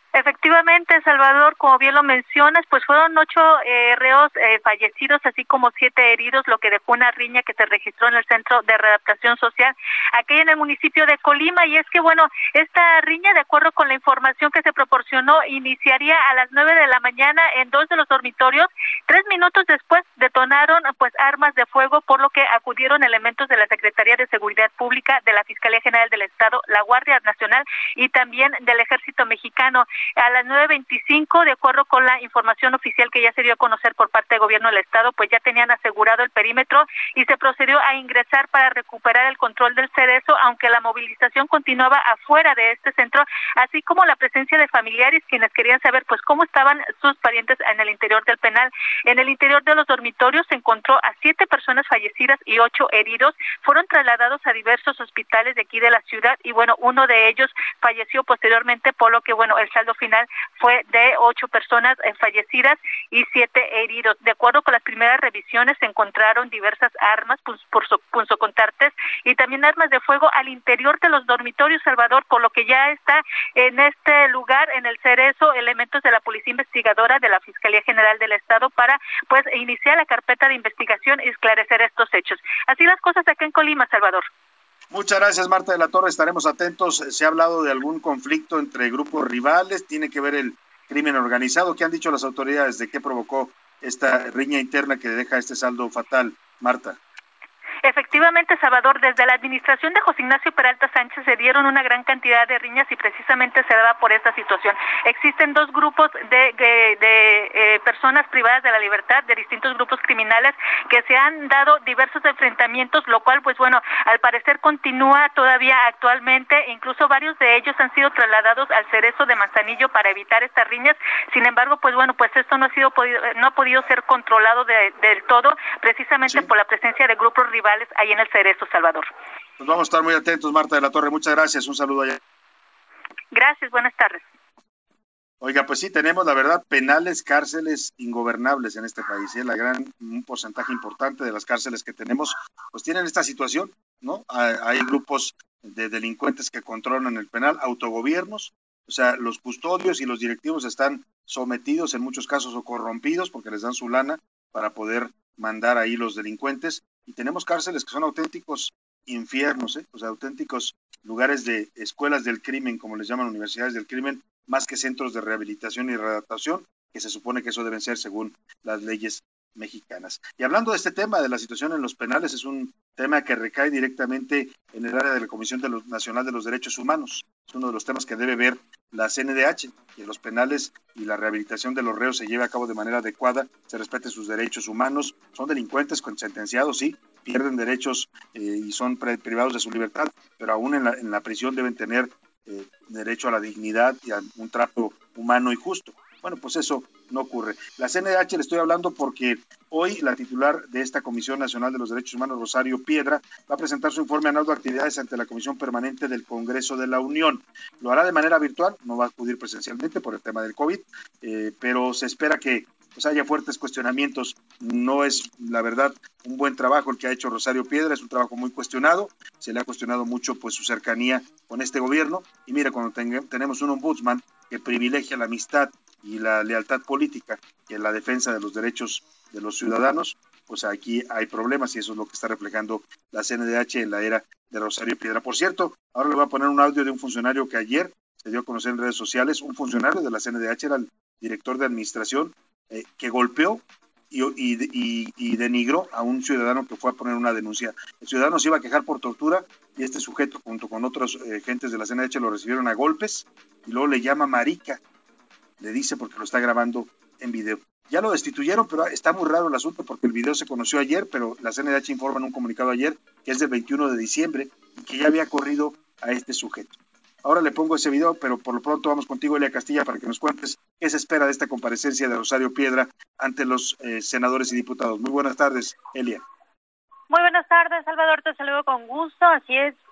Efectivamente, Salvador, como bien lo mencionas, pues fueron ocho eh, reos eh, fallecidos, así como siete heridos, lo que dejó una riña que se registró en el Centro de Readaptación Social, aquí en el municipio de Colima. Y es que, bueno, esta riña, de acuerdo con la información que se proporcionó, iniciaría a las nueve de la mañana en dos de los dormitorios. Tres minutos después detonaron, pues, armas de fuego, por lo que acudieron elementos de la Secretaría de Seguridad Pública, de la Fiscalía General del Estado, la Guardia Nacional y también del Ejército Mexicano. A las nueve veinticinco, de acuerdo con la información oficial que ya se dio a conocer por parte del gobierno del estado, pues ya tenían asegurado el perímetro y se procedió a ingresar para recuperar el control del Cerezo, aunque la movilización continuaba afuera de este centro, así como la presencia de familiares quienes querían saber pues cómo estaban sus parientes en el interior del penal. En el interior de los dormitorios se encontró a siete personas fallecidas y ocho heridos. Fueron trasladados a diversos hospitales de aquí de la ciudad y bueno, uno de ellos falleció posteriormente, por lo que bueno, el saldo final fue de ocho personas eh, fallecidas y siete heridos. De acuerdo con las primeras revisiones, se encontraron diversas armas, pues, por su, punzocontartes y también armas de fuego al interior de los dormitorios, Salvador, por lo que ya está en este lugar, en el Cerezo, elementos de la Policía Investigadora de la Fiscalía General del Estado para, pues, iniciar la carpeta de investigación y esclarecer estos hechos. Así las cosas acá en Colima, Salvador. Muchas gracias, Marta de la Torre. Estaremos atentos. Se ha hablado de algún conflicto entre grupos rivales. Tiene que ver el crimen organizado. ¿Qué han dicho las autoridades de qué provocó esta riña interna que deja este saldo fatal, Marta? Efectivamente, Salvador, desde la administración de José Ignacio Peralta Sánchez se dieron una gran cantidad de riñas y precisamente se daba por esta situación. Existen dos grupos de, de, de eh, personas privadas de la libertad, de distintos grupos criminales, que se han dado diversos enfrentamientos, lo cual, pues bueno, al parecer continúa todavía actualmente. Incluso varios de ellos han sido trasladados al Cerezo de Manzanillo para evitar estas riñas. Sin embargo, pues bueno, pues esto no ha sido podido, no ha podido ser controlado de, del todo, precisamente sí, por la presencia de grupos rivales ahí en el Cerezo, Salvador. Pues vamos a estar muy atentos, Marta de la Torre. Muchas gracias. Un saludo allá. Gracias, buenas tardes. Oiga, pues sí, tenemos, la verdad, penales, cárceles ingobernables en este país, ¿eh? La gran, un porcentaje importante de las cárceles que tenemos, pues tienen esta situación, ¿no? Hay, hay grupos de delincuentes que controlan el penal, autogobiernos, o sea, los custodios y los directivos están sometidos, en muchos casos, o corrompidos, porque les dan su lana para poder mandar ahí los delincuentes, y tenemos cárceles que son auténticos infiernos, ¿eh? O sea, auténticos lugares de escuelas del crimen, como les llaman, universidades del crimen, más que centros de rehabilitación y readaptación, que se supone que eso deben ser según las leyes mexicanas. Y hablando de este tema, de la situación en los penales, es un tema que recae directamente en el área de la Comisión de los, Nacional de los Derechos Humanos. Es uno de los temas que debe ver la C N D H, que los penales y la rehabilitación de los reos se lleve a cabo de manera adecuada, se respeten sus derechos humanos. Son delincuentes con sentenciados, sí, pierden derechos eh, y son privados de su libertad, pero aún en la, en la prisión deben tener eh, derecho a la dignidad y a un trato humano y justo. Bueno, pues eso no ocurre. La C N D H le estoy hablando porque hoy la titular de esta Comisión Nacional de los Derechos Humanos, Rosario Piedra, va a presentar su informe anual de actividades ante la Comisión Permanente del Congreso de la Unión. Lo hará de manera virtual, no va a acudir presencialmente por el tema del COVID, eh, pero se espera que pues, haya fuertes cuestionamientos. No es, la verdad, un buen trabajo el que ha hecho Rosario Piedra, es un trabajo muy cuestionado, se le ha cuestionado mucho pues su cercanía con este gobierno, y mira, cuando ten- tenemos un ombudsman que privilegia la amistad y la lealtad política y en la defensa de los derechos de los ciudadanos, pues aquí hay problemas y eso es lo que está reflejando la C N D H en la era de Rosario Piedra. Por cierto, ahora le voy a poner un audio de un funcionario que ayer se dio a conocer en redes sociales, un funcionario de la C N D H, era el director de administración, eh, que golpeó y, y, y, y denigró a un ciudadano que fue a poner una denuncia. El ciudadano se iba a quejar por tortura y este sujeto junto con otros eh, gentes de la C N D H lo recibieron a golpes y luego le llama marica, le dice porque lo está grabando en video. Ya lo destituyeron, pero está muy raro el asunto porque el video se conoció ayer, pero la C N D H informa en un comunicado ayer que es del veintiuno de diciembre y que ya había corrido a este sujeto. Ahora le pongo ese video, pero por lo pronto vamos contigo, Elia Castilla, para que nos cuentes qué se espera de esta comparecencia de Rosario Piedra ante los eh, senadores y diputados. Muy buenas tardes, Elia. Muy buenas tardes, Salvador, te saludo con gusto. Así es,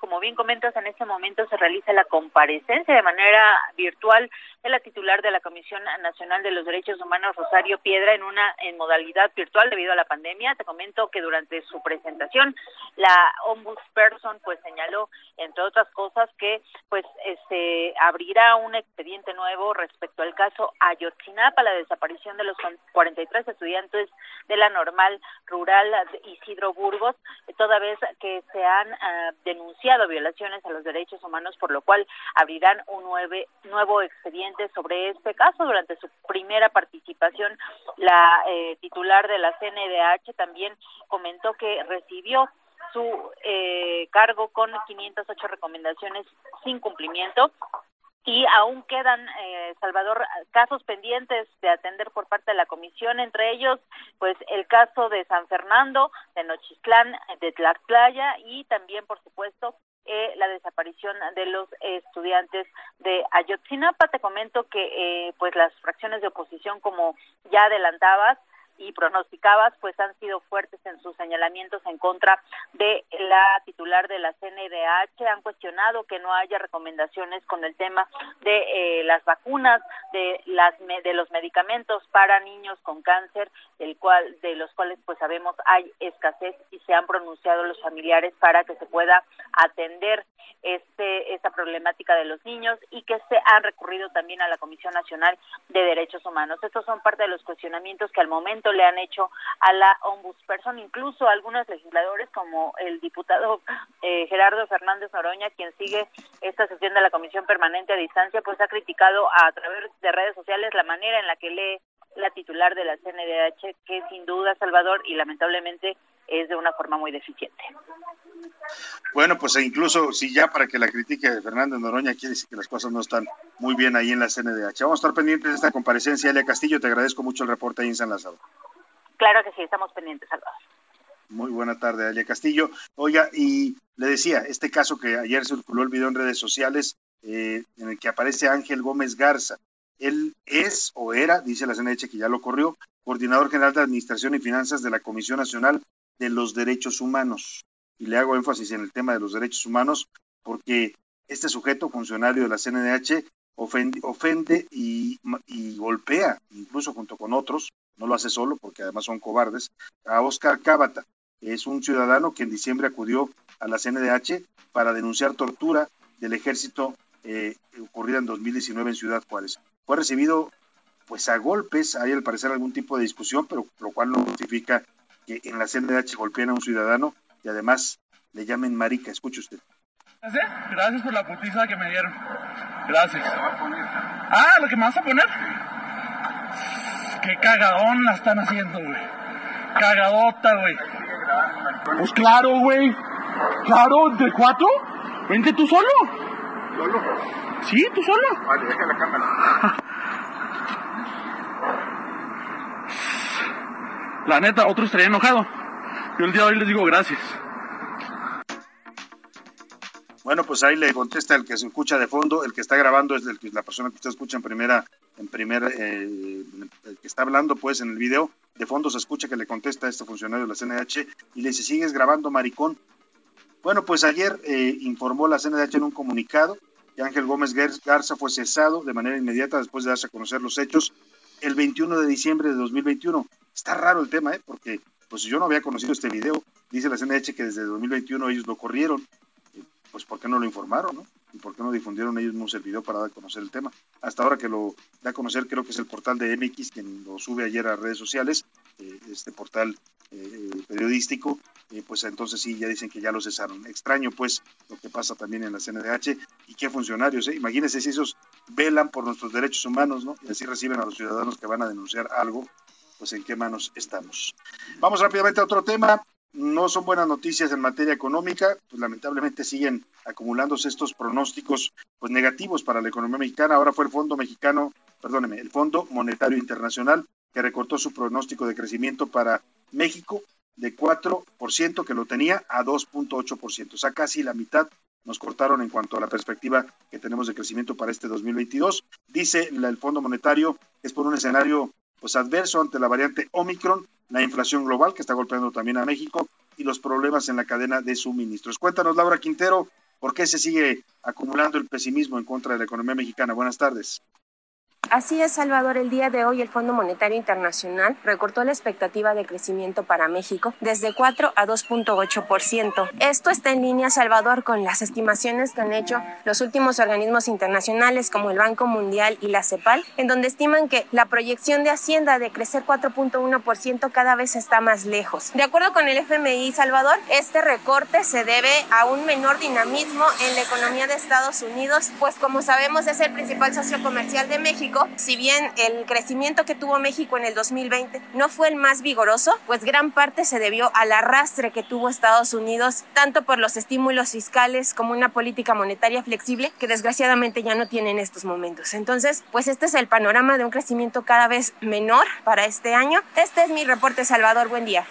como bien comentas, en este momento se realiza la comparecencia de manera virtual de la titular de la Comisión Nacional de los Derechos Humanos, Rosario Piedra, en una en modalidad virtual debido a la pandemia. Te comento que durante su presentación la ombudsperson pues señaló, entre otras cosas, que pues se abrirá un expediente nuevo respecto al caso Ayotzinapa, la desaparición de los cuarenta y tres estudiantes de la normal rural Isidro Burgos, toda vez que se han uh, denunciado violaciones a los derechos humanos, por lo cual abrirán un nueve, nuevo expediente sobre este caso. Durante su primera participación, la eh, titular de la C N D H también comentó que recibió su eh, cargo con quinientas ocho recomendaciones sin cumplimiento. Y aún quedan, eh, Salvador, casos pendientes de atender por parte de la comisión, entre ellos, pues, el caso de San Fernando, de Nochistlán, de Tlaxcala, y también, por supuesto, eh, la desaparición de los estudiantes de Ayotzinapa. Te comento que, eh, pues, las fracciones de oposición, como ya adelantabas y pronosticabas, pues han sido fuertes en sus señalamientos en contra de la titular de la C N D H. Han cuestionado que no haya recomendaciones con el tema de eh, las vacunas, de las de los medicamentos para niños con cáncer, del cual de los cuales pues sabemos hay escasez, y se han pronunciado los familiares para que se pueda atender este esta problemática de los niños, y que se han recurrido también a la Comisión Nacional de Derechos Humanos. Estos son parte de los cuestionamientos que al momento le han hecho a la ombudsperson, incluso algunos legisladores como el diputado eh, Gerardo Fernández Noroña, quien sigue esta sesión de la Comisión Permanente a distancia, pues ha criticado a través de redes sociales la manera en la que lee la titular de la C N D H, que sin duda, Salvador, y lamentablemente es de una forma muy deficiente. Bueno, pues incluso si ya para que la critique Fernández Noroña quiere decir que las cosas no están muy bien ahí en la C N D H. Vamos a estar pendientes de esta comparecencia. Elia Castillo, te agradezco mucho el reporte ahí en San Lázaro. Claro que sí, estamos pendientes, Salvador. Muy buena tarde, Elia Castillo. Oiga, y le decía, este caso que ayer circuló el video en redes sociales, eh, en el que aparece Ángel Gómez Garza. Él es o era, dice la C N D H que ya lo corrió, coordinador general de Administración y Finanzas de la Comisión Nacional de los Derechos Humanos. Y le hago énfasis en el tema de los derechos humanos porque este sujeto, funcionario de la C N D H, ofende, ofende y, y golpea, incluso junto con otros, no lo hace solo porque además son cobardes, a Óscar Cábata. Es un ciudadano que en diciembre acudió a la C N D H para denunciar tortura del ejército eh, ocurrida en dos mil diecinueve en Ciudad Juárez. Fue recibido pues a golpes, hay al parecer algún tipo de discusión, pero lo cual no justifica que en la C N D H golpeen a un ciudadano y además le llamen marica. Escuche usted. Gracias por la putiza que me dieron. Gracias. Ah, ¿lo que me vas a poner? Qué cagadón la están haciendo, güey. Cagadota, güey. Pues claro, güey. Claro, ¿de cuatro? Vente tú solo. ¿Solo? Sí, tú solo. Vale, deja la cámara. La neta, otro estaría enojado. Yo el día de hoy les digo gracias. Bueno, pues ahí le contesta el que se escucha de fondo, el que está grabando es el que, la persona que usted escucha en primera, en primera, eh, el que está hablando pues en el video, de fondo se escucha que le contesta a este funcionario de la C N D H y le dice, ¿sigues grabando, maricón? Bueno, pues ayer eh, informó la C N D H en un comunicado que Ángel Gómez Garza fue cesado de manera inmediata después de darse a conocer los hechos el veintiuno de diciembre de dos mil veintiuno. Está raro el tema, ¿eh? Porque pues yo no había conocido este video. Dice la C N D H que desde dos mil veintiuno ellos lo corrieron. Pues ¿por qué no lo informaron, no? ¿Y por qué no difundieron ellos mismos el video para dar a conocer el tema? Hasta ahora que lo da a conocer, creo que es el portal de M X quien lo sube ayer a redes sociales, eh, este portal eh, periodístico, eh, pues entonces sí, ya dicen que ya lo cesaron. Extraño, pues, lo que pasa también en la C N D H, y qué funcionarios, ¿eh? Imagínense si esos velan por nuestros derechos humanos, ¿no? Y así reciben a los ciudadanos que van a denunciar algo, pues en qué manos estamos. Vamos rápidamente a otro tema. No son buenas noticias en materia económica, pues lamentablemente siguen acumulándose estos pronósticos pues negativos para la economía mexicana. Ahora fue el Fondo Mexicano, perdóneme, el Fondo Monetario Internacional que recortó su pronóstico de crecimiento para México de cuatro por ciento que lo tenía a dos punto ocho por ciento, o sea, casi la mitad nos cortaron en cuanto a la perspectiva que tenemos de crecimiento para este dos mil veintidós. Dice el Fondo Monetario que es por un escenario pues adverso ante la variante Omicron, la inflación global que está golpeando también a México y los problemas en la cadena de suministros. Cuéntanos, Laura Quintero, ¿Por qué se sigue acumulando el pesimismo en contra de la economía mexicana? Buenas tardes. Así es, Salvador. El día de hoy el Fondo Monetario Internacional recortó la expectativa de crecimiento para México desde cuatro a dos punto ocho por ciento. Esto está en línea, Salvador, con las estimaciones que han hecho los últimos organismos internacionales como el Banco Mundial y la CEPAL, en donde estiman que la proyección de Hacienda de crecer cuatro punto uno por ciento cada vez está más lejos. De acuerdo con el F M I, Salvador, este recorte se debe a un menor dinamismo en la economía de Estados Unidos, pues como sabemos es el principal socio comercial de México. Si bien el crecimiento que tuvo México en el dos mil veinte no fue el más vigoroso, pues gran parte se debió al arrastre que tuvo Estados Unidos, tanto por los estímulos fiscales como una política monetaria flexible que desgraciadamente ya no tiene en estos momentos. Entonces, pues este es el panorama de un crecimiento cada vez menor para este año. Este es mi reporte, Salvador. Buen día.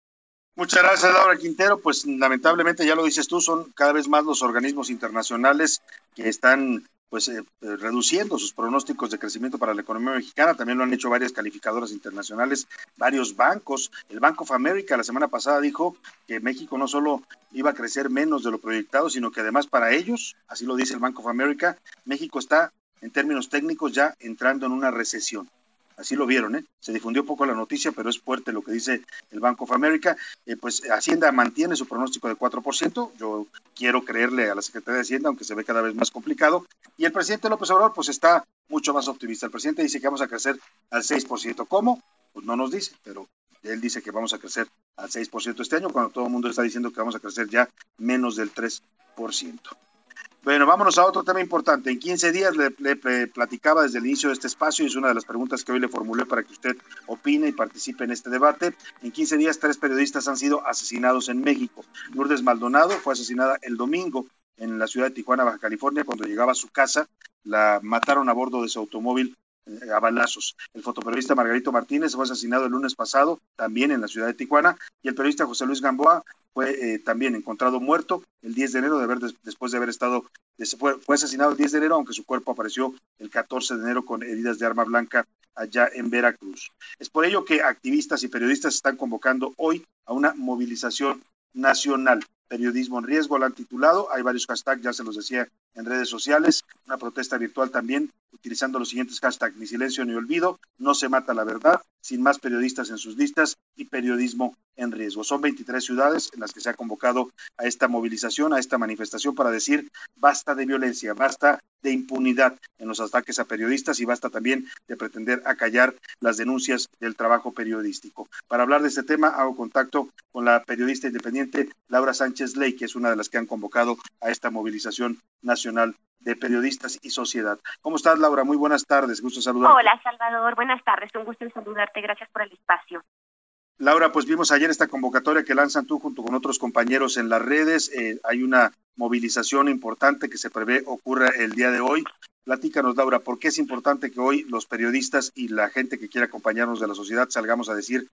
Muchas gracias, Laura Quintero. Pues lamentablemente, ya lo dices tú, son cada vez más los organismos internacionales que están pues eh, eh, reduciendo sus pronósticos de crecimiento para la economía mexicana. También lo han hecho varias calificadoras internacionales, varios bancos. El Bank of America la semana pasada dijo que México no solo iba a crecer menos de lo proyectado, sino que además para ellos, así lo dice el Bank of America, México está en términos técnicos ya entrando en una recesión. Así lo vieron, ¿eh? Se difundió poco la noticia, pero es fuerte lo que dice el Bank of America. Eh, pues Hacienda mantiene su pronóstico de cuatro por ciento. Yo quiero creerle a la Secretaría de Hacienda, aunque se ve cada vez más complicado. Y el presidente López Obrador, pues está mucho más optimista. El presidente dice que vamos a crecer al seis por ciento. ¿Cómo? Pues no nos dice, pero él dice que vamos a crecer al seis por ciento este año, cuando todo el mundo está diciendo que vamos a crecer ya menos del tres por ciento. Bueno, vámonos a otro tema importante. En quince días le, le, le platicaba desde el inicio de este espacio, y es una de las preguntas que hoy le formulé para que usted opine y participe en este debate. En quince días, tres periodistas han sido asesinados en México. Lourdes Maldonado fue asesinada el domingo en la ciudad de Tijuana, Baja California. Cuando llegaba a su casa, la mataron a bordo de su automóvil a balazos. El fotoperiodista Margarito Martínez fue asesinado el lunes pasado, también en la ciudad de Tijuana, y el periodista José Luis Gamboa fue eh, también encontrado muerto el diez de enero, de haber, después de haber estado, fue, fue asesinado el diez de enero, aunque su cuerpo apareció el catorce de enero con heridas de arma blanca allá en Veracruz. Es por ello que activistas y periodistas están convocando hoy a una movilización nacional. Periodismo en riesgo la han titulado, hay varios hashtags, ya se los decía en redes sociales, una protesta virtual también utilizando los siguientes hashtags: ni silencio ni olvido, no se mata la verdad, sin más periodistas en sus listas y periodismo en riesgo. Son veintitrés ciudades en las que se ha convocado a esta movilización, a esta manifestación para decir basta de violencia, basta de impunidad en los ataques a periodistas y basta también de pretender acallar las denuncias del trabajo periodístico. Para hablar de este tema hago contacto con la periodista independiente Laura Sánchez Ley, que es una de las que han convocado a esta movilización nacional de periodistas y sociedad. ¿Cómo estás, Laura? Muy buenas tardes, gusto saludarte. Hola, Salvador, buenas tardes, un gusto en saludarte, gracias por el espacio. Laura, pues vimos ayer esta convocatoria que lanzan tú junto con otros compañeros en las redes. Eh, hay una movilización importante que se prevé ocurra el día de hoy. Platícanos, Laura, ¿por qué es importante que hoy los periodistas y la gente que quiera acompañarnos de la sociedad salgamos a decir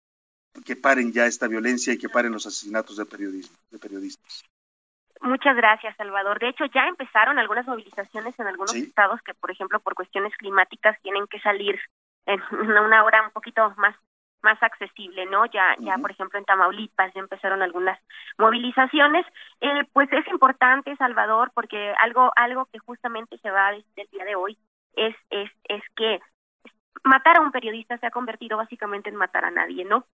que paren ya esta violencia y que paren los asesinatos de periodismo, de periodistas? Muchas gracias, Salvador. De hecho, ya empezaron algunas movilizaciones en algunos ¿Sí? estados que, por ejemplo, por cuestiones climáticas tienen que salir en una hora un poquito más más accesible, ¿no? Ya, ya, uh-huh. por ejemplo, en Tamaulipas ya empezaron algunas movilizaciones. Eh, pues es importante, Salvador, porque algo, algo que justamente se va a decir el día de hoy es, es, es que matar a un periodista se ha convertido básicamente en matar a nadie, ¿no?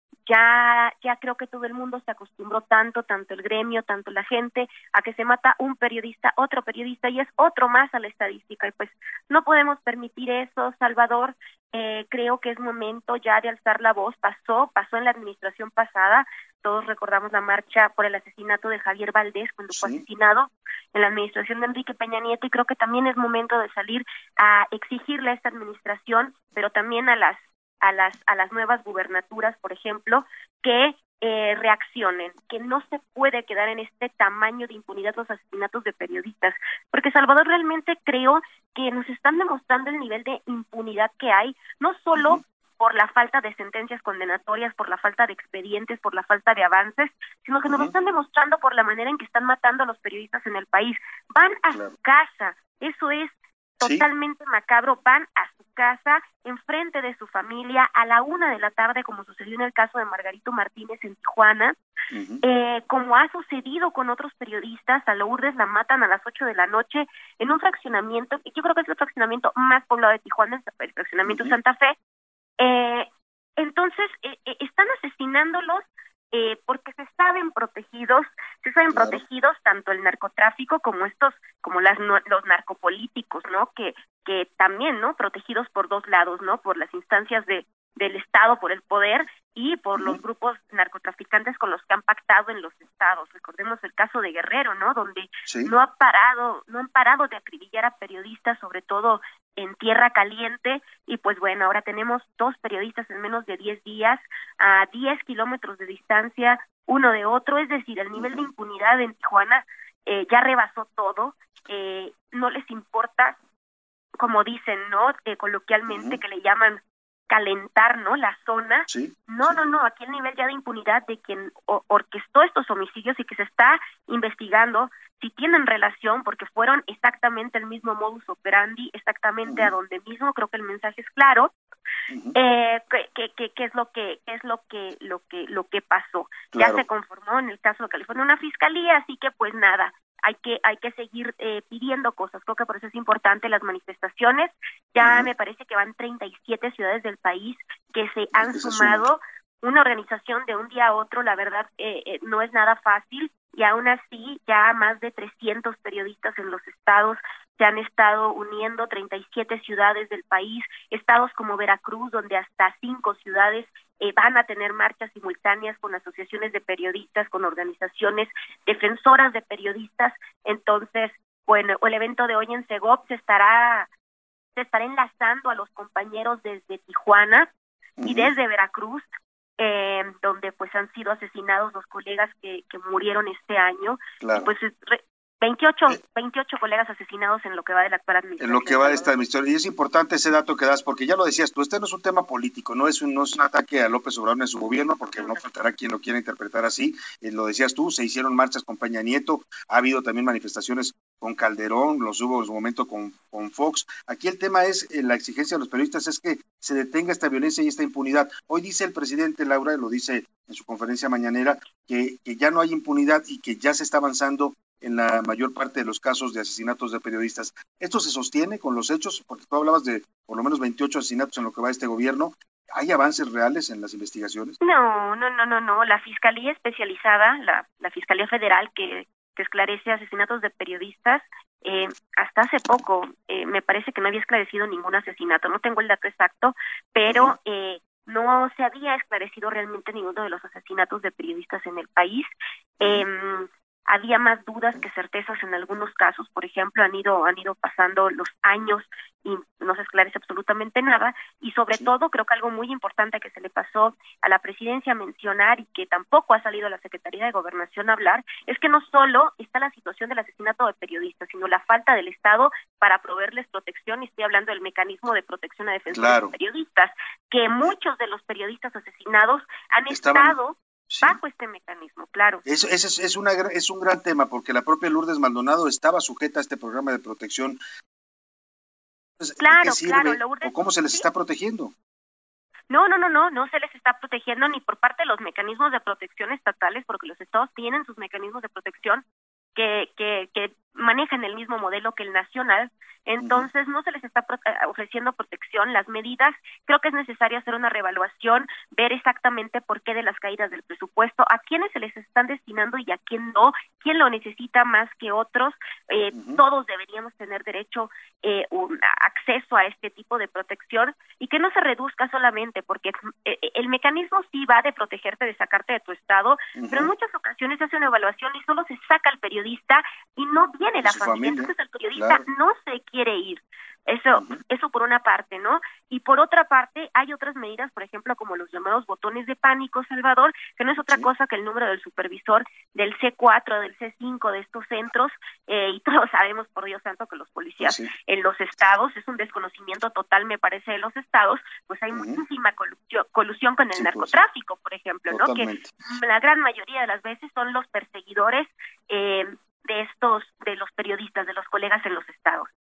Ya, ya creo que todo el mundo se acostumbró tanto, tanto el gremio, tanto la gente, a que se mata un periodista, otro periodista, y es otro más a la estadística, y pues no podemos permitir eso, Salvador. Eh, creo que es momento ya de alzar la voz. Pasó, pasó en la administración pasada, todos recordamos la marcha por el asesinato de Javier Valdés cuando sí. fue asesinado en la administración de Enrique Peña Nieto, y creo que también es momento de salir a exigirle a esta administración, pero también a las a las a las nuevas gubernaturas, por ejemplo, que eh, reaccionen, que no se puede quedar en este tamaño de impunidad los asesinatos de periodistas, porque Salvador, realmente creo que nos están demostrando el nivel de impunidad que hay, no solo uh-huh. por la falta de sentencias condenatorias, por la falta de expedientes, por la falta de avances, sino que uh-huh. nos lo están demostrando por la manera en que están matando a los periodistas en el país. Van a claro. su casa, eso es totalmente sí. macabro, van a su casa, enfrente de su familia, a la una de la tarde, como sucedió en el caso de Margarito Martínez en Tijuana, uh-huh. eh, como ha sucedido con otros periodistas. A Lourdes la matan a las ocho de la noche en un fraccionamiento, y yo creo que es el fraccionamiento más poblado de Tijuana, el fraccionamiento uh-huh. Santa Fe. Eh, entonces, eh, eh, están asesinándolos Eh, porque se saben protegidos, se saben claro. protegidos tanto el narcotráfico como estos, como las no, los narcopolíticos, ¿no? Que que también, ¿no? Protegidos por dos lados, ¿no? Por las instancias de del Estado, por el poder y por uh-huh. los grupos narcotraficantes con los que han pactado en los estados. Recordemos el caso de Guerrero, ¿no? Donde sí. no ha parado, no han parado de acribillar a periodistas, sobre todo en tierra caliente, y pues bueno, ahora tenemos dos periodistas en menos de diez días, a diez kilómetros de distancia uno de otro, es decir, el nivel de impunidad en Tijuana eh, ya rebasó todo, eh, no les importa, como dicen, ¿no? Eh, coloquialmente, uh-huh. que le llaman calentar, ¿no? La zona. Sí, no, sí. no, no, aquí el nivel ya de impunidad de quien o- orquestó estos homicidios y que se está investigando si tienen relación, porque fueron exactamente el mismo modus operandi, exactamente uh-huh. a donde mismo, creo que el mensaje es claro. Uh-huh. Eh, que, que, que, que es lo que qué es lo que lo que lo que pasó. Claro. Ya se conformó en el caso de California una fiscalía, así que pues nada, hay que hay que seguir eh, pidiendo cosas. Creo que por eso es importante las manifestaciones. Ya uh-huh. me parece que van treinta y siete ciudades del país que se han que sumado. Se una organización de un día a otro, la verdad, eh, eh, no es nada fácil, y aún así ya más de trescientos periodistas en los estados se han estado uniendo, treinta y siete ciudades del país, estados como Veracruz, donde hasta cinco ciudades eh, van a tener marchas simultáneas con asociaciones de periodistas, con organizaciones defensoras de periodistas. Entonces, bueno, el evento de hoy en Segov se estará, se estará enlazando a los compañeros desde Tijuana uh-huh. y desde Veracruz, eh, donde pues han sido asesinados los colegas que, que murieron este año. Claro. Y pues re, veintiocho, veintiocho colegas asesinados en lo que va de la actual administración. En lo que va de esta administración. Y es importante ese dato que das, porque ya lo decías tú, este no es un tema político, no es un, no es un ataque a López Obrador en su gobierno, porque no faltará quien lo quiera interpretar así. Eh, lo decías tú, se hicieron marchas con Peña Nieto, ha habido también manifestaciones con Calderón, los hubo en su momento con, con Fox. Aquí el tema es, eh, la exigencia de los periodistas es que se detenga esta violencia y esta impunidad. Hoy dice el presidente Laura, lo dice en su conferencia mañanera, que, que ya no hay impunidad y que ya se está avanzando en la mayor parte de los casos de asesinatos de periodistas. ¿Esto se sostiene con los hechos? Porque tú hablabas de por lo menos veintiocho asesinatos en lo que va este gobierno. ¿Hay avances reales en las investigaciones? No, no, no, no, no. La Fiscalía Especializada, la, la Fiscalía Federal que, que esclarece asesinatos de periodistas, eh, hasta hace poco eh, me parece que no había esclarecido ningún asesinato. No tengo el dato exacto, pero uh-huh. eh, no se había esclarecido realmente ninguno de los asesinatos de periodistas en el país. Eh, había más dudas que certezas en algunos casos. Por ejemplo, han ido han ido pasando los años y no se esclarece absolutamente nada, y sobre sí. todo creo que algo muy importante que se le pasó a la presidencia mencionar y que tampoco ha salido a la Secretaría de Gobernación a hablar, es que no solo está la situación del asesinato de periodistas, sino la falta del Estado para proveerles protección, y estoy hablando del mecanismo de protección a defensores claro. de periodistas, que muchos de los periodistas asesinados han Estaban... estado Sí. bajo este mecanismo, claro. Eso, eso es, es, una, es un gran tema, porque la propia Lourdes Maldonado estaba sujeta a este programa de protección. Claro, ¿Qué sirve, claro. Lourdes, ¿o cómo se les ¿sí? está protegiendo? No, no, no, no, no se les está protegiendo ni por parte de los mecanismos de protección estatales, porque los estados tienen sus mecanismos de protección que, que, que manejan el mismo modelo que el nacional. Entonces no se les está pro- ofreciendo protección. Las medidas, creo que es necesario hacer una reevaluación, ver exactamente por qué de las caídas del presupuesto, a quiénes se les están destinando y a quién no, quién lo necesita más que otros. Eh, uh-huh. Todos deberíamos tener derecho, eh, un acceso a este tipo de protección, y que no se reduzca solamente, porque eh, el mecanismo sí va de protegerte, de sacarte de tu estado, uh-huh. pero en muchas ocasiones se hace una evaluación y solo se saca al periodista y no viene la familia. familia. Entonces el periodista claro. no se quiere ir. Eso, uh-huh. eso por una parte, ¿no? Y por otra parte, hay otras medidas, por ejemplo, como los llamados botones de pánico, Salvador, que no es otra sí. cosa que el número del supervisor del C cuatro, del C cinco de estos centros, eh, y todos sabemos, por Dios santo, que los policías sí. en los estados, es un desconocimiento total, me parece, de los estados, pues hay uh-huh. muchísima colusión, colusión con el sí, narcotráfico, por ejemplo, Totalmente. ¿no? Que la gran mayoría de las veces son los perseguidores eh, de estos, de los periodistas, de los colegas en los estados.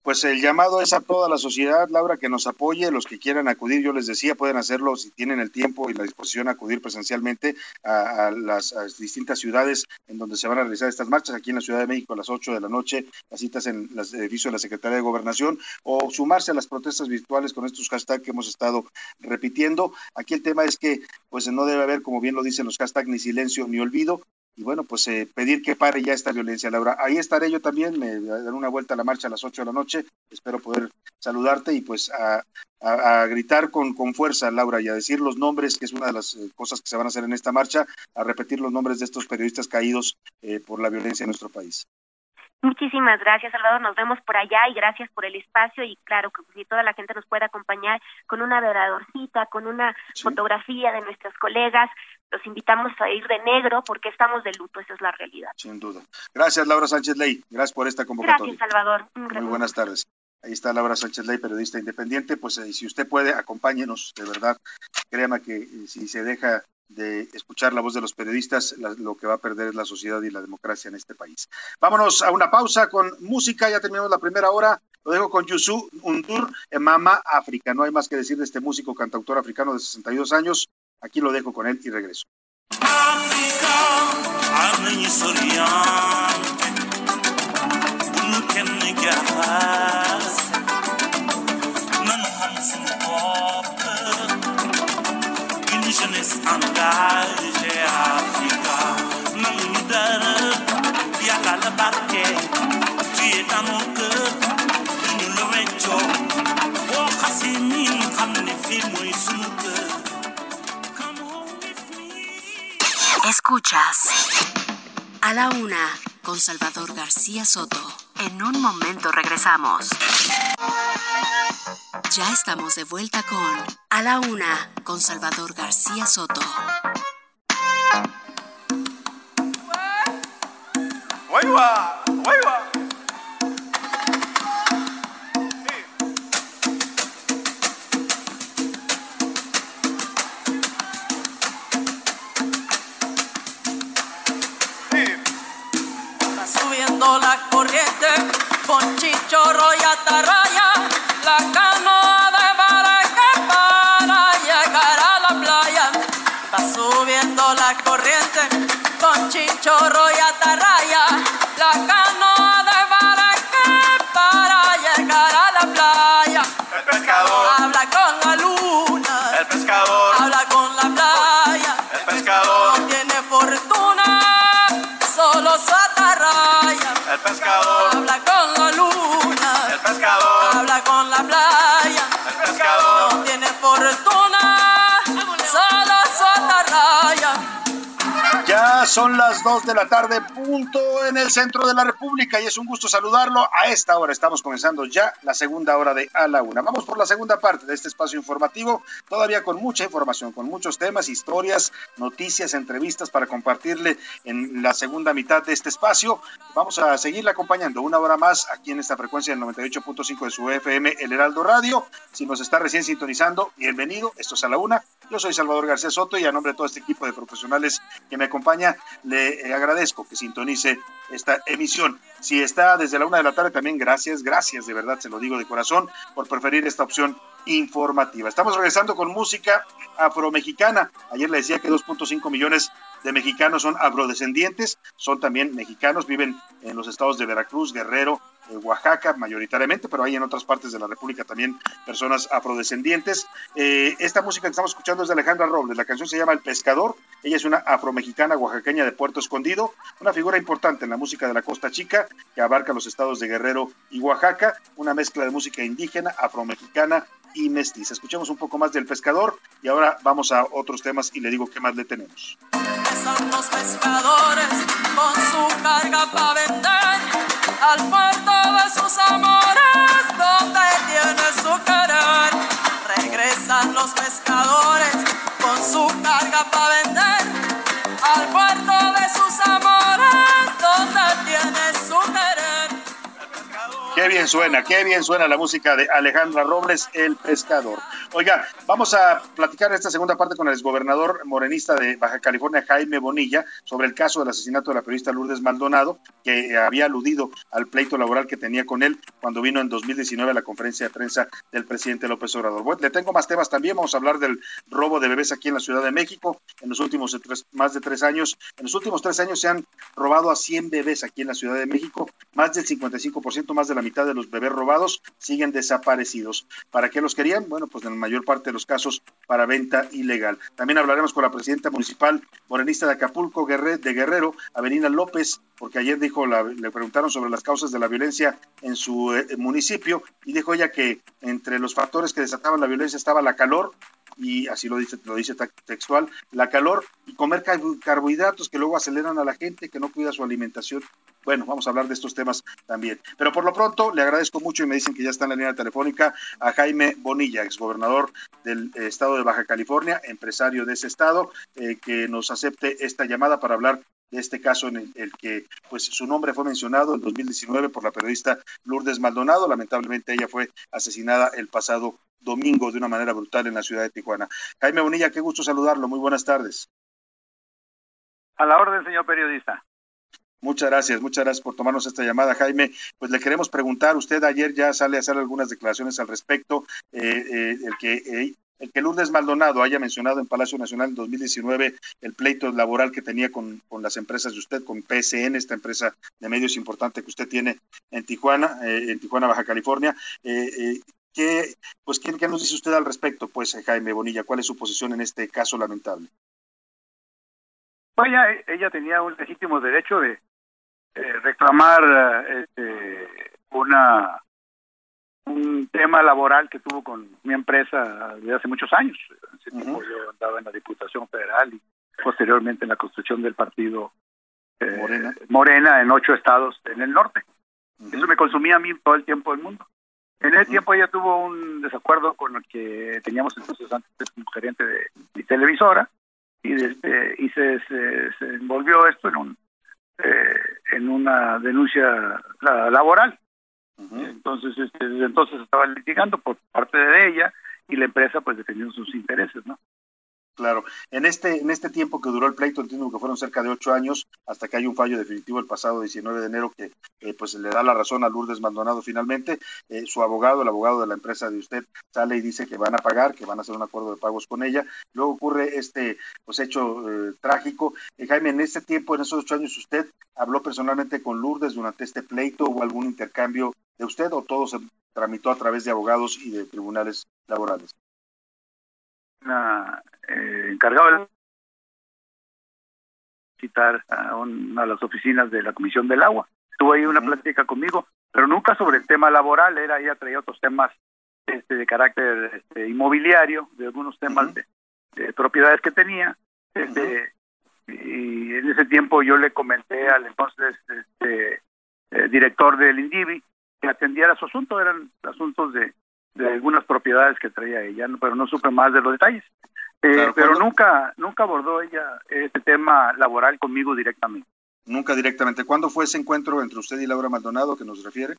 pues el llamado es a toda la sociedad, Laura, que nos apoye, los que quieran acudir, yo les decía, pueden hacerlo si tienen el tiempo y la disposición a acudir presencialmente a, a, las, a las distintas ciudades en donde se van a realizar estas marchas. Aquí en la Ciudad de México a las ocho de la noche, las citas en el edificio de la Secretaría de Gobernación, o sumarse a las protestas virtuales con estos hashtags que hemos estado repitiendo. Aquí el tema es que pues no debe haber, como bien lo dicen los hashtags, ni silencio ni olvido. Y bueno, pues eh, pedir que pare ya esta violencia, Laura. Ahí estaré yo también, me daré una vuelta a la marcha a las ocho de la noche. Espero poder saludarte y pues a, a, a gritar con, con fuerza, Laura, y a decir los nombres, que es una de las eh, cosas que se van a hacer en esta marcha, a repetir los nombres de estos periodistas caídos eh, por la violencia en nuestro país. Muchísimas gracias, Salvador. Nos vemos por allá y gracias por el espacio. Y claro, que si toda la gente nos puede acompañar con una veladorcita, con una sí. fotografía de nuestros colegas, los invitamos a ir de negro porque estamos de luto, esa es la realidad. Sin duda. Gracias, Laura Sánchez Ley. Gracias por esta convocatoria. Gracias, Salvador. Muy buenas tardes. Ahí está Laura Sánchez Ley, periodista independiente. Pues eh, si usted puede, acompáñenos, de verdad. Créame que eh, si se deja de escuchar la voz de los periodistas, la, lo que va a perder es la sociedad y la democracia en este país. Vámonos a una pausa con música, ya terminamos la primera hora, lo dejo con Youssou N'Dour, Mama África, no hay más que decir de este músico cantautor africano de sesenta y dos años, aquí lo dejo con él y regreso. Jeunesse engagée Africa, non leader, via la barque, tu es dans mon cœur, nous le mettons, oh Hassini, comme les films et sous cœur. Escuchas A la Una con Salvador García Soto. En un momento regresamos. Ya estamos de vuelta con A la Una con Salvador García Soto. ¡Hueva! ¡Hueva! Subiendo la corriente con chichorro y atarraya, la canoa de Baraca para llegar a la playa. Va subiendo la corriente con chichorro y atarraya, la canoa de Baraca para llegar a la playa. El pescador habla con la luna, el pescador habla con la playa, el pescador no tiene fortuna, solo su atarraya. El pescador habla con la luna, el pescador habla con la playa, el pescador no tiene fortuna, solo su atarraya. Ya son las dos de la tarde, punto en el centro de la República, y es un gusto saludarlo. A esta hora estamos comenzando ya la segunda hora de A la Una. Vamos por la segunda parte de este espacio informativo, todavía con mucha información, con muchos temas, historias, noticias, entrevistas para compartirle en la segunda mitad de este espacio. Vamos a seguirle acompañando una hora más aquí en esta frecuencia del noventa y ocho punto cinco de su F M, El Heraldo Radio. Si nos está recién sintonizando, bienvenido. Esto es A la Una. Yo soy Salvador García Soto y a nombre de todo este equipo de profesionales que me acompaña, le agradezco que sintonice esta emisión. Si está desde la una de la tarde, también gracias, gracias, de verdad, se lo digo de corazón, por preferir esta opción informativa. Estamos regresando con música afromexicana. Ayer le decía que dos punto cinco millones de mexicanos son afrodescendientes, son también mexicanos, viven en los estados de Veracruz, Guerrero, eh, Oaxaca mayoritariamente, pero hay en otras partes de la República también personas afrodescendientes. Eh, esta música que estamos escuchando es de Alejandra Robles, la canción se llama El Pescador. Ella es una afromexicana oaxaqueña de Puerto Escondido, una figura importante en la música de la Costa Chica que abarca los estados de Guerrero y Oaxaca, una mezcla de música indígena, afromexicana y mestiza. Escuchemos un poco más del Pescador y ahora vamos a otros temas y le digo qué más le tenemos. Son los pescadores con su carga para vender al puerto de sus amores donde tiene su querer. Regresan los pescadores con su carga para vender al puerto de sus amores donde tiene su querer. El pescador Qué bien suena, qué bien suena la música de Alejandra Robles, El Pescador. Oiga, vamos a platicar esta segunda parte con el exgobernador morenista de Baja California, Jaime Bonilla, sobre el caso del asesinato de la periodista Lourdes Maldonado, que había aludido al pleito laboral que tenía con él cuando vino en dos mil diecinueve a la conferencia de prensa del presidente López Obrador. Bueno, le tengo más temas también, vamos a hablar del robo de bebés aquí en la Ciudad de México. En los últimos tres, más de tres años, en los últimos tres años se han robado a cien bebés aquí en la Ciudad de México, más del cincuenta y cinco por ciento, más de la mitad de los bebés robados siguen desaparecidos. ¿Para qué los querían? Bueno, pues en la mayor parte de los casos para venta ilegal. También hablaremos con la presidenta municipal morenista de Acapulco, de Guerrero, Avelina López, porque ayer dijo, la, le preguntaron sobre las causas de la violencia en su eh, municipio, y dijo ella que entre los factores que desataban la violencia estaba la calor, y así lo dice, lo dice textual, la calor y comer carbohidratos que luego aceleran a la gente que no cuida su alimentación. Bueno, vamos a hablar de estos temas también. Pero por lo pronto, le agradezco mucho y me dicen que ya está en la línea telefónica a Jaime Bonilla, exgobernador del eh, estado de Baja California, empresario de ese estado, eh, que nos acepte esta llamada para hablar de este caso en el, el que pues su nombre fue mencionado en dos mil diecinueve por la periodista Lourdes Maldonado. Lamentablemente ella fue asesinada el pasado domingo de una manera brutal en la ciudad de Tijuana. Jaime Bonilla, qué gusto saludarlo, muy buenas tardes. A la orden, señor periodista. Muchas gracias, muchas gracias por tomarnos esta llamada, Jaime. Pues le queremos preguntar, usted ayer ya sale a hacer algunas declaraciones al respecto, eh, eh, el que eh, el que Lourdes Maldonado haya mencionado en Palacio Nacional en dos mil diecinueve el pleito laboral que tenía con, con las empresas de usted, con P S N, esta empresa de medios importante que usted tiene en Tijuana, eh, en Tijuana, Baja California. Eh, eh, ¿qué, pues, ¿qué, ¿Qué nos dice usted al respecto, pues, Jaime Bonilla? ¿Cuál es su posición en este caso lamentable? Pues ella, ella tenía un legítimo derecho de eh, reclamar este, una un tema laboral que tuvo con mi empresa de hace muchos años. En ese tiempo uh-huh. yo andaba en la Diputación Federal y posteriormente en la construcción del partido eh, Morena. Morena en ocho estados en el norte. Uh-huh. Eso me consumía a mí todo el tiempo del mundo. En ese uh-huh. tiempo ella tuvo un desacuerdo con el que teníamos entonces antes como gerente de mi televisora y, desde, y se, se, se envolvió esto en un eh, en una denuncia la, laboral. Uh-huh. Entonces, este, desde entonces estaba litigando por parte de ella y la empresa pues defendiendo sus intereses, ¿no? Claro. En este en este tiempo que duró el pleito, entiendo que fueron cerca de ocho años, hasta que hay un fallo definitivo el pasado diecinueve de enero que eh, pues le da la razón a Lourdes Maldonado finalmente. Eh, su abogado, el abogado de la empresa de usted, sale y dice que van a pagar, que van a hacer un acuerdo de pagos con ella. Luego ocurre este pues hecho eh, trágico. Eh, Jaime, en este tiempo, en esos ocho años, ¿usted habló personalmente con Lourdes durante este pleito? ¿Hubo algún intercambio de usted o todo se tramitó a través de abogados y de tribunales laborales? Una, eh, encargado de citar a una de las oficinas de la Comisión del Agua. Tuvo ahí una uh-huh. plática conmigo, pero nunca sobre el tema laboral. Era ella traía otros temas este, de carácter este, inmobiliario, de algunos temas uh-huh. de, de propiedades que tenía. Este, uh-huh. Y en ese tiempo yo le comenté al entonces este, eh, director del INDIVI que atendiera su asunto. Eran asuntos de de algunas propiedades que traía ella, pero no supe más de los detalles. Eh, claro, pero ¿cuándo? nunca nunca abordó ella este tema laboral conmigo directamente. Nunca directamente. ¿Cuándo fue ese encuentro entre usted y Laura Maldonado que nos refiere?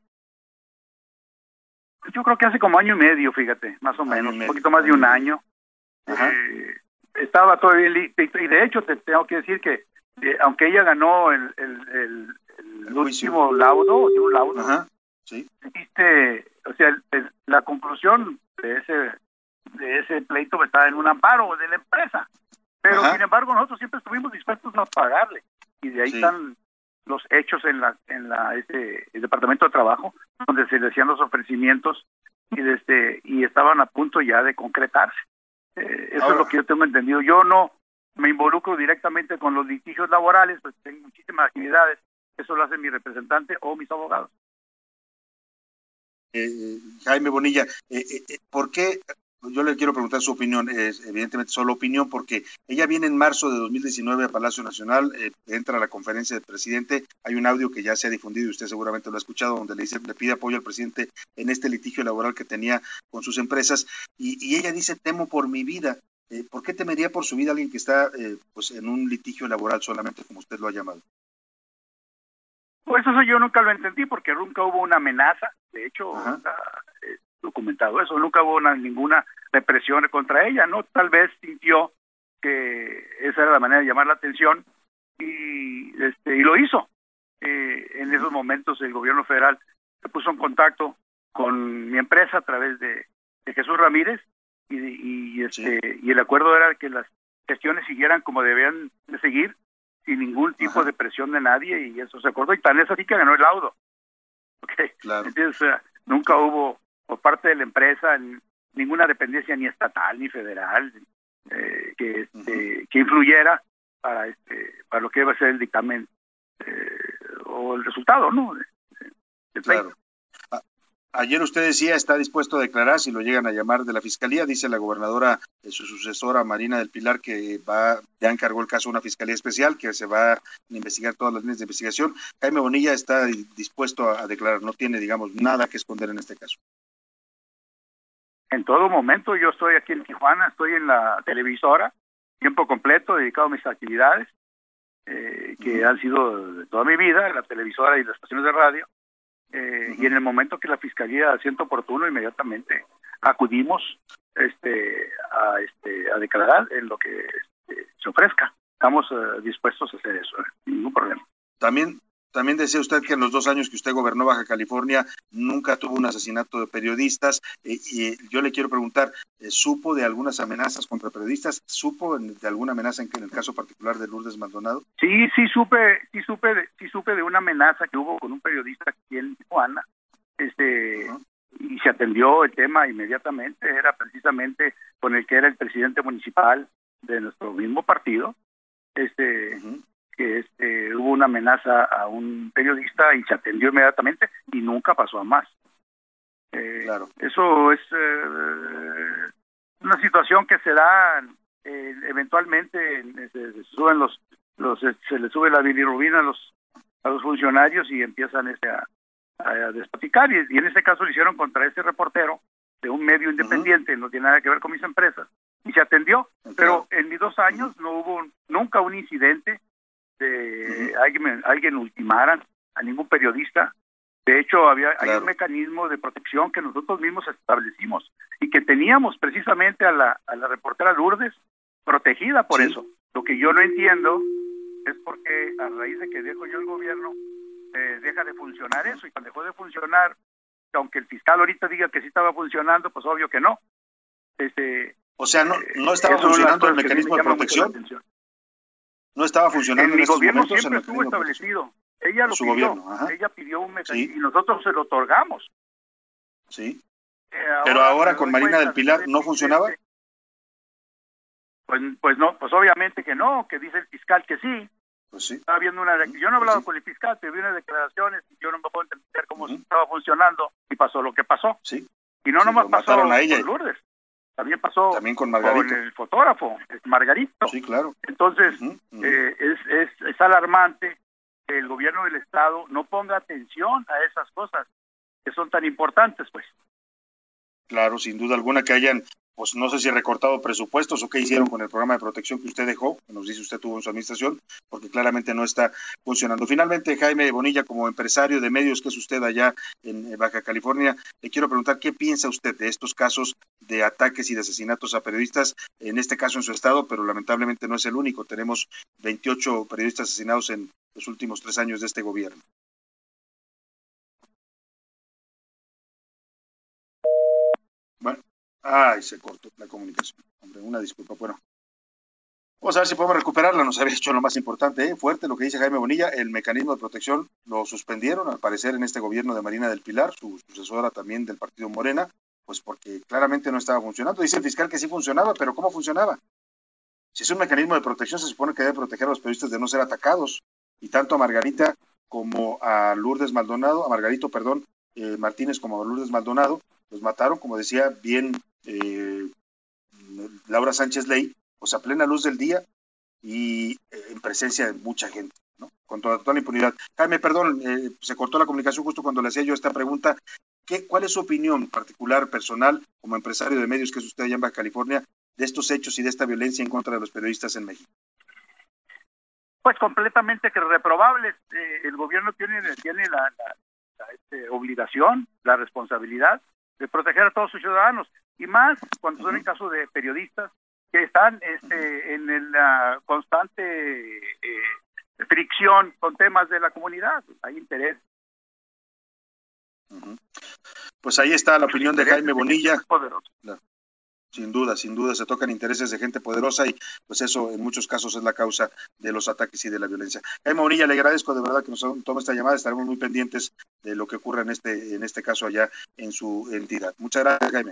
Yo creo que hace como año y medio, fíjate, más o año menos, un poquito más de un año. Eh, estaba todo bien, li- y de hecho te tengo que decir que eh, aunque ella ganó el, el, el, el, el último laudo, un laudo, Ajá. Sí. Existe, o sea, el, el, la conclusión de ese de ese pleito está en un amparo de la empresa, pero Ajá. sin embargo nosotros siempre estuvimos dispuestos a pagarle y de ahí sí. están los hechos en la en la este el departamento de trabajo donde se le hacían los ofrecimientos y desde y estaban a punto ya de concretarse. Eh, eso Ahora. es lo que yo tengo entendido. Yo no me involucro directamente con los litigios laborales, pues tengo muchísimas actividades. Eso lo hace mi representante o mis abogados. Eh, Jaime Bonilla, eh, eh, ¿por qué? Yo le quiero preguntar su opinión, es evidentemente solo opinión, porque ella viene en marzo de dos mil diecinueve a Palacio Nacional, eh, entra a la conferencia del presidente, hay un audio que ya se ha difundido y usted seguramente lo ha escuchado, donde le dice, le pide apoyo al presidente en este litigio laboral que tenía con sus empresas, y, y ella dice, temo por mi vida. Eh, ¿Por qué temería por su vida alguien que está eh, pues en un litigio laboral solamente, como usted lo ha llamado? Pues eso yo nunca lo entendí, porque nunca hubo una amenaza, de hecho, está eh, documentado eso, nunca hubo una, ninguna represión contra ella, ¿no? Tal vez sintió que esa era la manera de llamar la atención y, este, y lo hizo. Eh, en esos momentos el gobierno federal se puso en contacto con mi empresa a través de, de Jesús Ramírez y, y, este, sí. y el acuerdo era que las gestiones siguieran como debían de seguir, sin ningún tipo Ajá. de presión de nadie, y eso se acordó, y tan es así que ganó el laudo. Okay. Claro. Entonces, uh, nunca hubo por parte de la empresa ninguna dependencia ni estatal ni federal eh, que, este, uh-huh. que influyera para este para lo que iba a ser el dictamen eh, o el resultado, ¿no? De, de, de claro. A, ayer usted decía está dispuesto a declarar si lo llegan a llamar de la fiscalía. Dice la gobernadora, eh, su sucesora Marina del Pilar, que va ya encargó el caso a una fiscalía especial que se va a investigar todas las líneas de investigación. Jaime Bonilla está dispuesto a, a declarar, no tiene, digamos, nada que esconder en este caso. En todo momento, yo estoy aquí en Tijuana, estoy en la televisora, tiempo completo, dedicado a mis actividades, eh, que uh-huh. han sido de toda mi vida, la televisora y las estaciones de radio, eh, uh-huh. y en el momento que la Fiscalía siente oportuno, inmediatamente acudimos este, a, este, a declarar en lo que este, se ofrezca. Estamos uh, dispuestos a hacer eso, ¿eh? Ningún problema. También... También decía usted que en los dos años que usted gobernó Baja California nunca tuvo un asesinato de periodistas eh, y eh, yo le quiero preguntar, eh, ¿supo de algunas amenazas contra periodistas? ¿Supo en, de alguna amenaza en, en el caso particular de Lourdes Maldonado? Sí, sí supe, sí supe, de, sí supe de una amenaza que hubo con un periodista aquí en Tijuana, este, uh-huh. y se atendió el tema inmediatamente. Era precisamente con el que era el presidente municipal de nuestro mismo partido, este. Uh-huh. que este, hubo una amenaza a un periodista y se atendió inmediatamente y nunca pasó a más. Eh, claro. Eso es eh, una situación que se da eh, eventualmente, se, se suben los, los, se le sube la bilirrubina a los a los funcionarios y empiezan este, a, a despoticar, y, y en este caso lo hicieron contra ese reportero de un medio independiente, uh-huh. no tiene nada que ver con mis empresas, y se atendió, uh-huh. pero en mis dos años uh-huh. no hubo nunca un incidente de uh-huh. alguien, alguien ultimara a ningún periodista. De hecho, había claro. hay un mecanismo de protección que nosotros mismos establecimos y que teníamos precisamente a la, a la reportera Lourdes protegida por sí. eso. Lo que yo no entiendo es porque a raíz de que dejo yo el gobierno, eh, deja de funcionar eso, y cuando dejó de funcionar, aunque el fiscal ahorita diga que sí estaba funcionando, pues obvio que no. Este, o sea, no, no estaba funcionando el mecanismo de protección. No estaba funcionando en mi gobierno, siempre estuvo establecido. Ella lo pidió, gobierno, ella pidió un mecanismo sí. y nosotros se lo otorgamos. Sí. Eh, ahora, Pero ahora con Marina del Pilar no funcionaba. Pues, pues no, pues obviamente que no, que dice el fiscal que sí. Pues sí. Estaba viendo una, yo no he hablado pues sí. con el fiscal, pero vi unas declaraciones y yo no me puedo entender cómo uh-huh. estaba funcionando y pasó lo que pasó. Sí. Y no sí, nomás pasó a ella. con Lourdes. También pasó También con, Margarito. con el fotógrafo, Margarito. Sí, claro. Entonces, uh-huh, uh-huh. Eh, es, es, es alarmante que el gobierno del Estado no ponga atención a esas cosas que son tan importantes, pues. Claro, sin duda alguna que hayan, pues no sé si recortado presupuestos o qué hicieron con el programa de protección que usted dejó, que nos dice usted tuvo en su administración, porque claramente no está funcionando. Finalmente, Jaime Bonilla, como empresario de medios que es usted allá en Baja California, le quiero preguntar qué piensa usted de estos casos de ataques y de asesinatos a periodistas, en este caso en su estado, pero lamentablemente no es el único. Tenemos veintiocho periodistas asesinados en los últimos tres años de este gobierno. Bueno, ay, se cortó la comunicación. Hombre, una disculpa. Bueno, vamos a ver si podemos recuperarla. Nos había hecho lo más importante, ¿eh? Fuerte lo que dice Jaime Bonilla. El mecanismo de protección lo suspendieron, al parecer, en este gobierno de Marina del Pilar, su sucesora también del partido Morena, pues porque claramente no estaba funcionando. Dice el fiscal que sí funcionaba, pero ¿cómo funcionaba? Si es un mecanismo de protección, se supone que debe proteger a los periodistas de no ser atacados. Y tanto a Margarita como a Lourdes Maldonado, a Margarito, perdón, eh, Martínez como a Lourdes Maldonado, los mataron, como decía bien eh, Laura Sánchez Ley, pues a plena luz del día y eh, en presencia de mucha gente, ¿no? Con toda, toda la impunidad. Jaime, perdón, eh, se cortó la comunicación justo cuando le hacía yo esta pregunta. ¿Qué, ¿Cuál es su opinión particular, personal, como empresario de medios que es usted allá en Baja California, de estos hechos y de esta violencia en contra de los periodistas en México? pues completamente que reprobables. Eh, el gobierno tiene, tiene la, la, la este, obligación, la responsabilidad de proteger a todos sus ciudadanos, y más cuando son en caso de periodistas que están este, en la constante eh, fricción con temas de la comunidad. Hay interés. Uh-huh. Pues ahí está la opinión de Jaime Bonilla. Claro. Sin duda, sin duda se tocan intereses de gente poderosa y pues eso en muchos casos es la causa de los ataques y de la violencia. Jaime Bonilla, le agradezco de verdad que nos tome esta llamada, estaremos muy pendientes de lo que ocurra en este en este caso allá en su entidad. Muchas gracias, Jaime.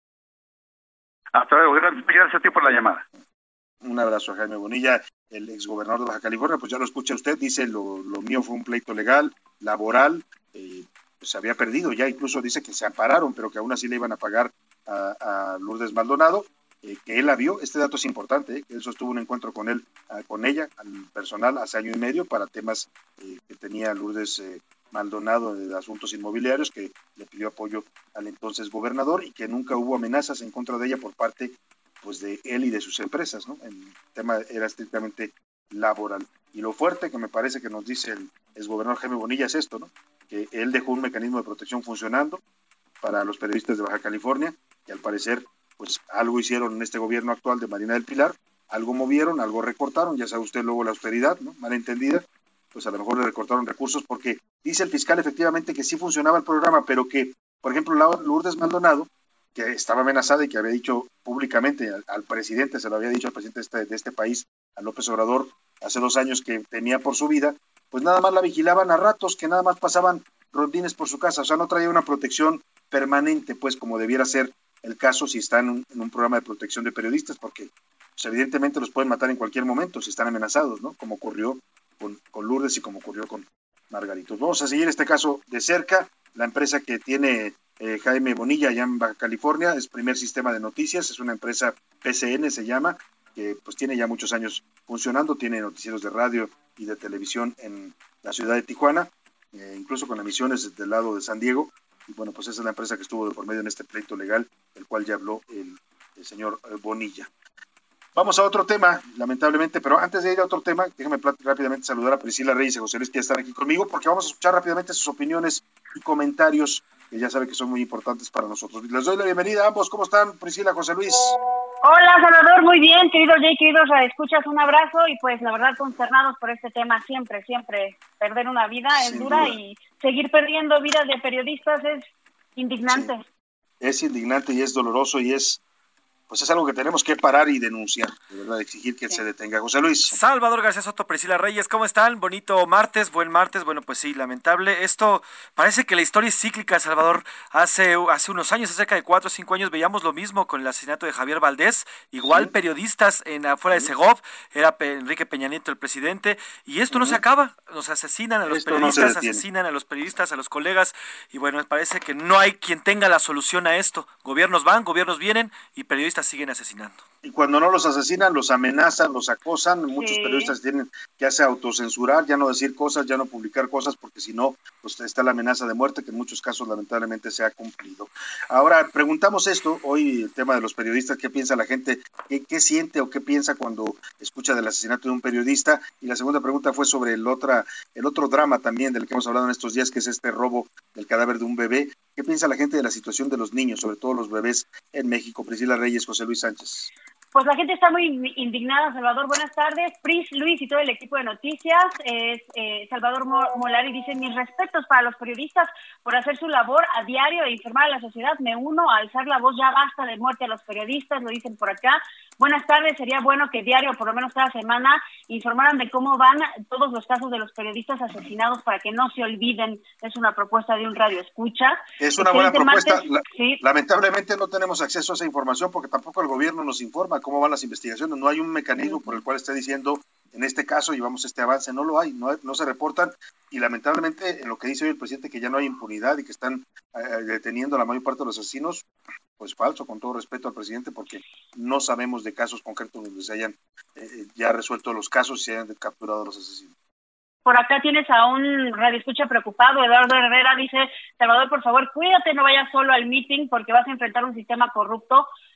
Hasta luego, gracias a ti por la llamada. Un abrazo a Jaime Bonilla, el exgobernador de Baja California. Pues ya lo escucha usted, dice lo, lo mío fue un pleito legal, laboral, eh, pues se había perdido, ya incluso dice que se ampararon, pero que aún así le iban a pagar a, a Lourdes Maldonado, eh, que él la vio. Este dato es importante, eh, que él sostuvo un encuentro con él, uh, con ella, al personal, hace año y medio, para temas eh, que tenía Lourdes eh, Maldonado de asuntos inmobiliarios, que le pidió apoyo al entonces gobernador y que nunca hubo amenazas en contra de ella por parte pues de él y de sus empresas, ¿no? El tema era estrictamente laboral. Y lo fuerte que me parece que nos dice el exgobernador Jaime Bonilla es esto, ¿no? Que él dejó un mecanismo de protección funcionando para los periodistas de Baja California, y al parecer pues algo hicieron en este gobierno actual de Marina del Pilar, algo movieron, algo recortaron, ya sabe usted luego la austeridad, ¿no? Malentendida, pues a lo mejor le recortaron recursos porque dice el fiscal efectivamente que sí funcionaba el programa, pero que, por ejemplo, Lourdes Maldonado, que estaba amenazada y que había dicho públicamente al, al presidente, se lo había dicho al presidente de este, de este país, a López Obrador, hace dos años que temía por su vida, pues nada más la vigilaban a ratos, que nada más pasaban rondines por su casa, o sea, no traía una protección permanente, pues como debiera ser el caso si están en un, en un programa de protección de periodistas, porque pues, evidentemente los pueden matar en cualquier momento si están amenazados, ¿no? Como ocurrió con, con Lourdes y como ocurrió con Margarito. Vamos a seguir este caso de cerca. La empresa que tiene eh, Jaime Bonilla allá en Baja California es Primer Sistema de Noticias, es una empresa P C N se llama, que pues tiene ya muchos años funcionando, tiene noticieros de radio y de televisión en la ciudad de Tijuana, eh, incluso con emisiones del lado de San Diego, y bueno, pues esa es la empresa que estuvo de por medio en este pleito legal, del cual ya habló el, el señor Bonilla. Vamos a otro tema, lamentablemente, pero antes de ir a otro tema, déjame rápidamente saludar a Priscila Reyes y José Luis que ya están aquí conmigo, porque vamos a escuchar rápidamente sus opiniones y comentarios, que ya sabe que son muy importantes para nosotros. Les doy la bienvenida a ambos. ¿Cómo están, Priscila, José Luis? Hola, Salvador, muy bien, querido Jay, queridos escuchas, un abrazo, y pues la verdad consternados por este tema, siempre, siempre, perder una vida es Sin dura duda. Y seguir perdiendo vidas de periodistas es indignante. Sí. Es indignante y es doloroso y es pues es algo que tenemos que parar y denunciar, de verdad, exigir que sí. se detenga. José Luis. Salvador García Soto, Priscila Reyes, ¿cómo están? Bonito martes, buen martes. Bueno, pues sí, lamentable. Esto parece que la historia es cíclica, Salvador. Hace, hace unos años, hace cerca de cuatro o cinco años, veíamos lo mismo con el asesinato de Javier Valdés. Igual sí. periodistas en afuera sí. de Segov, era Enrique Peña Nieto el presidente, y esto sí. no se acaba. Nos asesinan a los esto periodistas, no asesinan a los periodistas, a los colegas, y bueno, parece que no hay quien tenga la solución a esto. Gobiernos van, gobiernos vienen, y periodistas siguen asesinando. Y cuando no los asesinan, los amenazan, los acosan. Muchos sí. periodistas tienen que hacer autocensurar, ya no decir cosas, ya no publicar cosas, porque si no, pues está la amenaza de muerte, que en muchos casos lamentablemente se ha cumplido. Ahora, preguntamos esto, hoy el tema de los periodistas, ¿qué piensa la gente? ¿Qué, qué siente o qué piensa cuando escucha del asesinato de un periodista? Y la segunda pregunta fue sobre el, otra, el otro drama también del que hemos hablado en estos días, que es este robo del cadáver de un bebé. ¿Qué piensa la gente de la situación de los niños, sobre todo los bebés en México? Priscila Reyes, José Luis Sánchez. Pues la gente está muy indignada, Salvador. Buenas tardes. Pris, Luis y todo el equipo de noticias. Es, eh, Salvador Molari dice: mis respetos para los periodistas por hacer su labor a diario e informar a la sociedad. Me uno a alzar la voz, ya basta de muerte a los periodistas, lo dicen por acá. Buenas tardes. Sería bueno que diario, por lo menos cada semana, informaran de cómo van todos los casos de los periodistas asesinados para que no se olviden. Es una propuesta de un radio escucha. Es una buena propuesta. Martes, la, sí. Lamentablemente no tenemos acceso a esa información porque tampoco el gobierno nos informa cómo van las investigaciones. No hay un mecanismo por el cual esté diciendo en este caso llevamos este avance. No lo hay, no, hay, no se reportan, y lamentablemente en lo que dice hoy el presidente, que ya no hay impunidad y que están eh, deteniendo a la mayor parte de los asesinos, pues falso, con todo respeto al presidente, porque no sabemos de casos concretos donde se hayan eh, ya resuelto los casos y se hayan capturado a los asesinos. Por acá tienes a un radioescucha preocupado, Eduardo Herrera, dice: Salvador, por favor, cuídate, no vayas solo al meeting porque vas a enfrentar un sistema corrupto.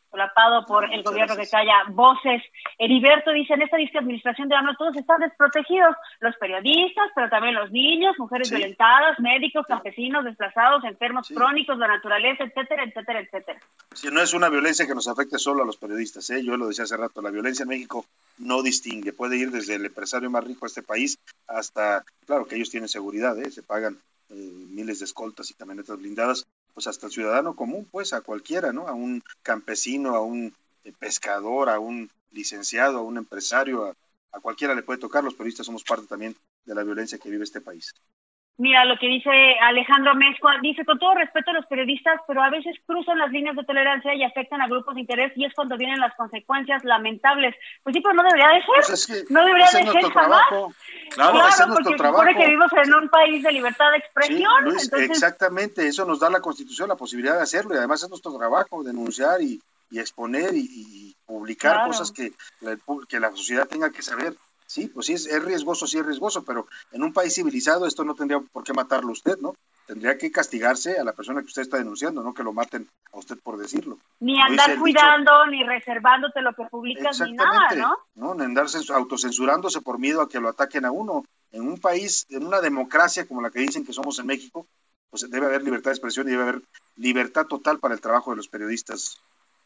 solapado por el gobierno que calla voces. Heriberto dice, en esta administración de AMLO todos están desprotegidos, los periodistas, pero también los niños, mujeres sí. violentadas, médicos, sí. campesinos, desplazados, enfermos sí. crónicos, la naturaleza, etcétera, etcétera, etcétera. Si no es una violencia que nos afecte solo a los periodistas, ¿eh? Yo lo decía hace rato, la violencia en México no distingue, puede ir desde el empresario más rico de este país hasta, claro que ellos tienen seguridad, ¿eh? Se pagan eh, miles de escoltas y camionetas blindadas, pues hasta el ciudadano común, pues a cualquiera, ¿no? A un campesino, a un eh, pescador, a un licenciado, a un empresario, a, a cualquiera le puede tocar. Los periodistas somos parte también de la violencia que vive este país. Mira lo que dice Alejandro Mezcua, dice, con todo respeto a los periodistas, pero a veces cruzan las líneas de tolerancia y afectan a grupos de interés y es cuando vienen las consecuencias lamentables. Pues sí, pero no debería de ser, pues es que no debería de ser jamás. Claro, claro es porque se supone que vivimos en un país de libertad de expresión. Sí, Luis, entonces... Exactamente, eso nos da la Constitución la posibilidad de hacerlo y además es nuestro trabajo denunciar y, y exponer y, y publicar claro. cosas que la, que la sociedad tenga que saber. Sí, pues sí, es, es riesgoso, sí es riesgoso, pero en un país civilizado esto no tendría por qué matarlo usted, ¿no? Tendría que castigarse a la persona que usted está denunciando, no que lo maten a usted por decirlo. Ni andar cuidando, dicho, ni reservándote lo que publicas, ni nada, ¿no? No, ni andar autocensurándose por miedo a que lo ataquen a uno. En un país, en una democracia como la que dicen que somos en México, pues debe haber libertad de expresión y debe haber libertad total para el trabajo de los periodistas.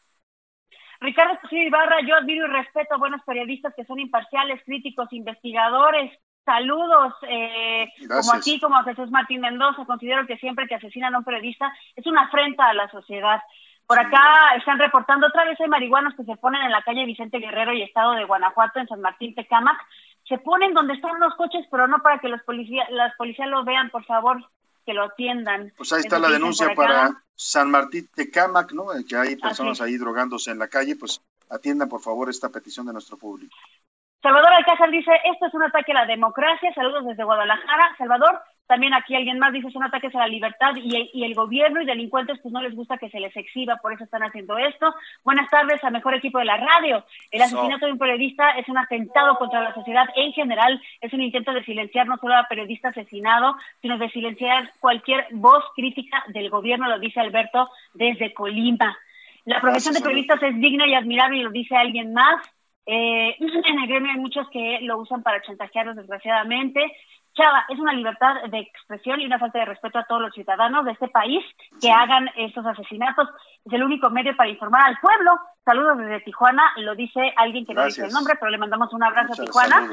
Ricardo Cosío Ibarra, yo admiro y respeto a buenos periodistas que son imparciales, críticos, investigadores. Saludos, eh, como aquí, como a Jesús Martín Mendoza. Considero que siempre que asesinan a un periodista es una afrenta a la sociedad. Por acá están reportando otra vez hay marihuanos que se ponen en la calle Vicente Guerrero y estado de Guanajuato, en San Martín Tecámac. Se ponen donde están los coches, pero no para que los policías, las policías los vean, por favor, que lo atiendan. Pues ahí está la denuncia para San Martín Tecámac, ¿no? Que hay personas ahí drogándose en la calle, pues atiendan por favor esta petición de nuestro público. Salvador Alcázar dice, esto es un ataque a la democracia, saludos desde Guadalajara. Salvador, también aquí alguien más dice, son ataques a la libertad y el, y el gobierno y delincuentes pues no les gusta que se les exhiba, por eso están haciendo esto. Buenas tardes al mejor equipo de la radio. El asesinato de un periodista es un atentado contra la sociedad en general, es un intento de silenciar no solo a periodista asesinado, sino de silenciar cualquier voz crítica del gobierno, lo dice Alberto desde Colima. La profesión de periodistas es digna y admirable y lo dice alguien más. Eh, en el gremio hay muchos que lo usan para chantajearlos, desgraciadamente. Chava, es una libertad de expresión y una falta de respeto a todos los ciudadanos de este país que hagan estos asesinatos. Es el único medio para informar al pueblo. Saludos desde Tijuana, lo dice alguien que Gracias. no dice el nombre, pero le mandamos un abrazo Muchas a Tijuana.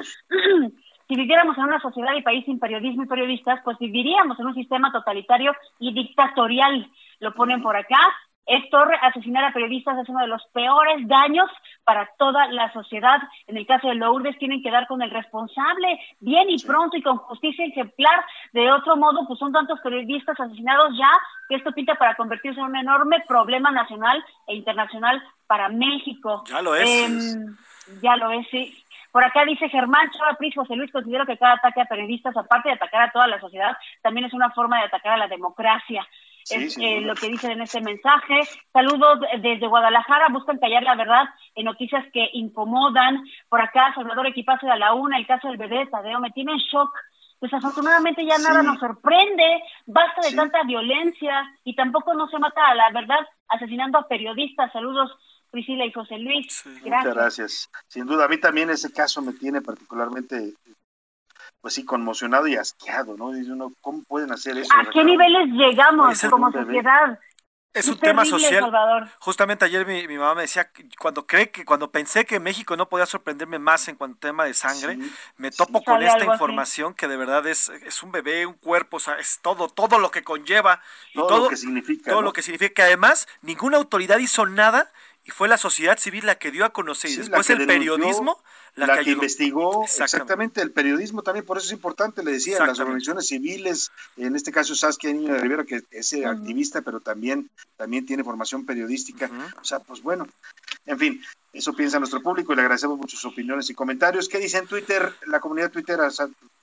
Si viviéramos en una sociedad y país sin periodismo y periodistas, pues viviríamos en un sistema totalitario y dictatorial. Lo ponen por acá. Esto, asesinar a periodistas es uno de los peores daños para toda la sociedad. En el caso de Lourdes tienen que dar con el responsable bien y pronto y con justicia ejemplar. De otro modo, pues son tantos periodistas asesinados ya que esto pinta para convertirse en un enorme problema nacional e internacional para México. Ya lo es. Eh, ya lo es, sí. Por acá dice Germán Chava Pris, José Luis, considero que cada ataque a periodistas, aparte de atacar a toda la sociedad, también es una forma de atacar a la democracia. Sí, es sí, eh, lo que dicen en este mensaje. Saludos desde Guadalajara, buscan callar la verdad en noticias que incomodan. Por acá, Salvador Equipazo de la Una, el caso del bebé de Tadeo me tiene en shock. Desafortunadamente ya sí. nada nos sorprende, basta de sí. tanta violencia y tampoco no se mata a la verdad asesinando a periodistas. Saludos Priscila y José Luis. Sí. Gracias. Muchas gracias. Sin duda, a mí también ese caso me tiene particularmente... pues sí, conmocionado y asqueado, ¿no? Dice uno, ¿cómo pueden hacer eso? ¿A qué niveles llegamos como sociedad? Es un tema social. Justamente ayer mi, mi mamá me decía, cuando cree que cuando pensé que México no podía sorprenderme más en cuanto a tema de sangre, sí, me topo sí, con esta información así. Que de verdad es, es un bebé, un cuerpo, o sea, es todo, todo lo que conlleva y todo, todo lo que significa, todo ¿no? lo que significa. Que además ninguna autoridad hizo nada y fue la sociedad civil la que dio a conocer y sí, después el denunció, periodismo la, la que, que investigó exactamente. exactamente el periodismo también, por eso es importante, le decía, las organizaciones civiles, en este caso Saskia Niño de Rivera, que es uh-huh. activista, pero también, también tiene formación periodística, uh-huh. o sea, pues bueno, en fin, eso piensa nuestro público y le agradecemos mucho sus opiniones y comentarios. ¿Qué dice en Twitter, la comunidad tuitera,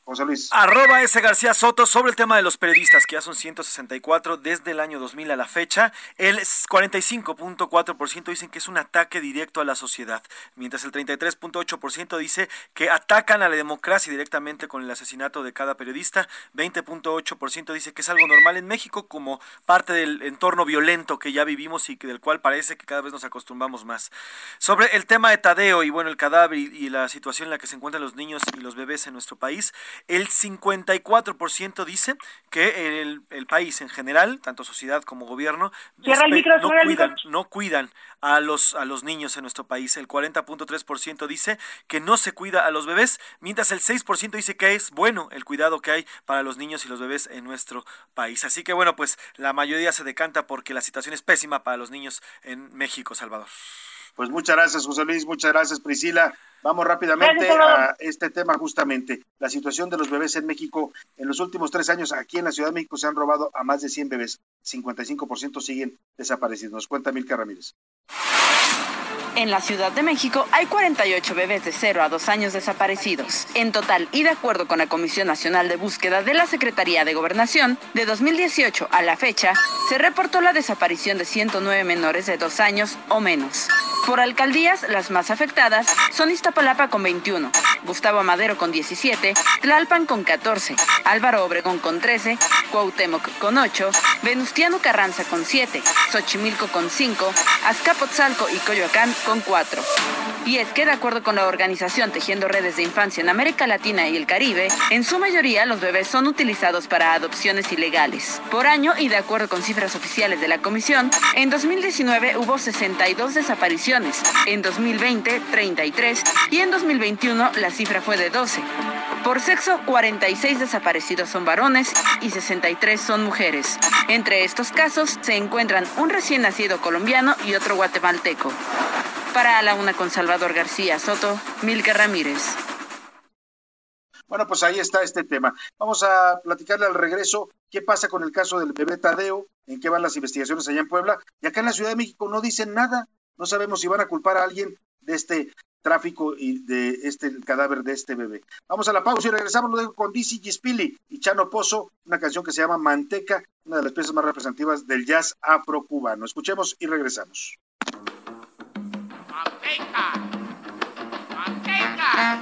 José Luis. Arroba S. García Soto, sobre el tema de los periodistas, que ya son ciento sesenta y cuatro desde el año dos mil a la fecha. El cuarenta y cinco punto cuatro por ciento dicen que es un ataque directo a la sociedad, mientras el treinta y tres punto ocho por ciento dice que atacan a la democracia directamente con el asesinato de cada periodista. veinte punto ocho por ciento dice que es algo normal en México como parte del entorno violento que ya vivimos y que del cual parece que cada vez nos acostumbramos más. Sobre el tema de Tadeo y bueno, el cadáver y, y la situación en la que se encuentran los niños y los bebés en nuestro país, el cincuenta y cuatro por ciento dice que el, el país en general, tanto sociedad como gobierno, Cierra el micro, no cierra el cuidan, micro. no cuidan a los, a los niños en nuestro país. El cuarenta punto tres por ciento dice que no se cuida a los bebés, mientras el seis por ciento dice que es bueno el cuidado que hay para los niños y los bebés en nuestro país. Así que bueno, pues la mayoría se decanta porque la situación es pésima para los niños en México, Salvador. Pues muchas gracias, José Luis, muchas gracias, Priscila. Vamos rápidamente Gracias, a este tema justamente, la situación de los bebés en México. En los últimos tres años, aquí en la Ciudad de México se han robado a más de cien bebés, cincuenta y cinco por ciento siguen desaparecidos. Nos cuenta Milka Ramírez. En la Ciudad de México hay cuarenta y ocho bebés de cero a dos años desaparecidos. En total, y de acuerdo con la Comisión Nacional de Búsqueda de la Secretaría de Gobernación, de dos mil dieciocho a la fecha, se reportó la desaparición de ciento nueve menores de dos años o menos. Por alcaldías, las más afectadas son Iztapalapa con veintiuno, Gustavo Amadero con diecisiete, Tlalpan con catorce, Álvaro Obregón con trece, Cuauhtémoc con ocho, Venustiano Carranza con siete, Xochimilco con cinco, Azcapotzalco y Coyoacán con cuatro. Y es que, de acuerdo con la organización Tejiendo Redes de Infancia en América Latina y el Caribe, en su mayoría los bebés son utilizados para adopciones ilegales. Por año, y de acuerdo con cifras oficiales de la Comisión, en dos mil diecinueve hubo sesenta y dos desapariciones, en dos mil veinte treinta y tres y en dos mil veintiuno la cifra fue de doce. Por sexo, cuarenta y seis desaparecidos son varones y sesenta y tres son mujeres. Entre estos casos se encuentran un recién nacido colombiano y otro guatemalteco. Para A la Una con Salvador García Soto, Milka Ramírez. Bueno, pues ahí está este tema. Vamos a platicarle al regreso qué pasa con el caso del bebé Tadeo, en qué van las investigaciones allá en Puebla. Y acá en la Ciudad de México no dicen nada. No sabemos si van a culpar a alguien de este tráfico y de este el cadáver de este bebé. Vamos a la pausa y regresamos luego con Dizzy Gillespie y Chano Pozo, una canción que se llama Manteca, una de las piezas más representativas del jazz afrocubano. Escuchemos y regresamos. Manteca, manteca.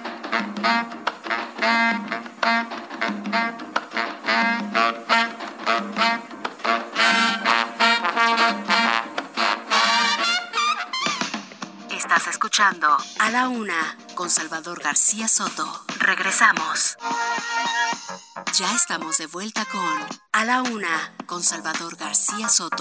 Estás escuchando A la Una con Salvador García Soto. Regresamos. Ya estamos de vuelta con A la Una con Salvador García Soto.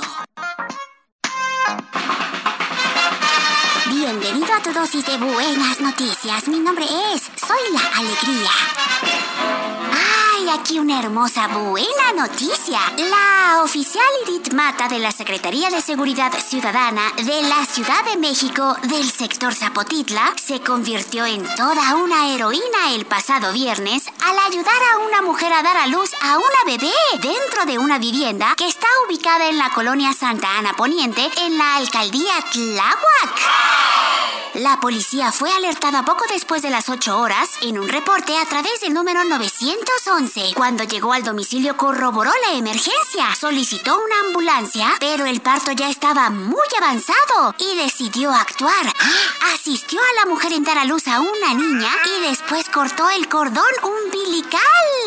Bienvenido a tu dosis de buenas noticias. Mi nombre es Soy la Alegría. ¡Ay, aquí una hermosa buena noticia! La oficial Irit Mata de la Secretaría de Seguridad Ciudadana de la Ciudad de México del sector Zapotitla se convirtió en toda una heroína el pasado viernes al ayudar a una mujer a dar a luz a una bebé dentro de una vivienda que está ubicada en la colonia Santa Ana Poniente en la alcaldía Tláhuac. La policía fue alertada poco después de las ocho horas en un reporte a través del número novecientos once. Cuando llegó al domicilio corroboró la emergencia, solicitó una ambulancia, pero el parto ya estaba muy avanzado y decidió actuar. Asistió a la mujer en dar a luz a una niña y después cortó el cordón umbilical.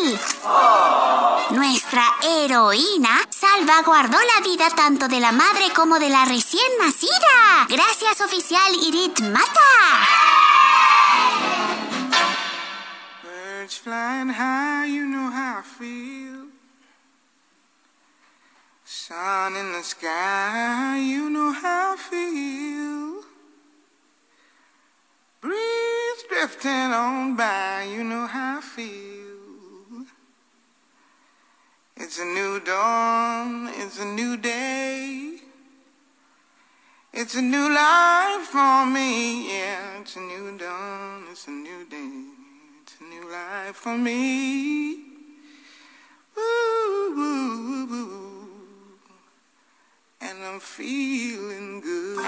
Nuestra heroína salvaguardó la vida tanto de la madre como de la recién nacida. Gracias, oficial Irit Mata. Birds flying high, you know how I feel. Sun in the sky, you know how I feel. Breeze drifting on by, you know how I feel. It's a new dawn, it's a new day. It's a new life for me, yeah. It's a new dawn, it's a new day. It's a new life for me. Ooh, ooh, ooh. And I'm feeling good.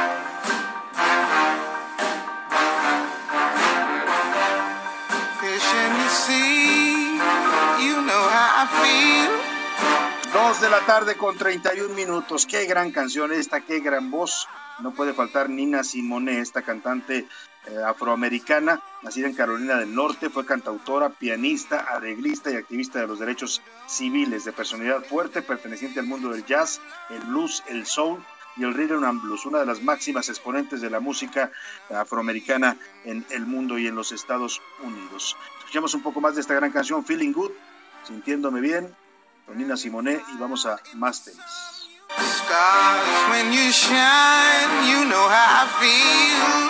Fish see, you know how I feel. Dos de la tarde con treinta y un minutos. Qué gran canción esta, qué gran voz. No puede faltar Nina Simone, esta cantante eh, afroamericana, nacida en Carolina del Norte, fue cantautora, pianista, arreglista y activista de los derechos civiles, de personalidad fuerte, perteneciente al mundo del jazz, el blues, el soul y el rhythm and blues, una de las máximas exponentes de la música afroamericana en el mundo y en los Estados Unidos. Escuchamos un poco más de esta gran canción, Feeling Good, Sintiéndome Bien, con Nina Simone, y vamos a más temas. Stars, when you shine, you know how I feel.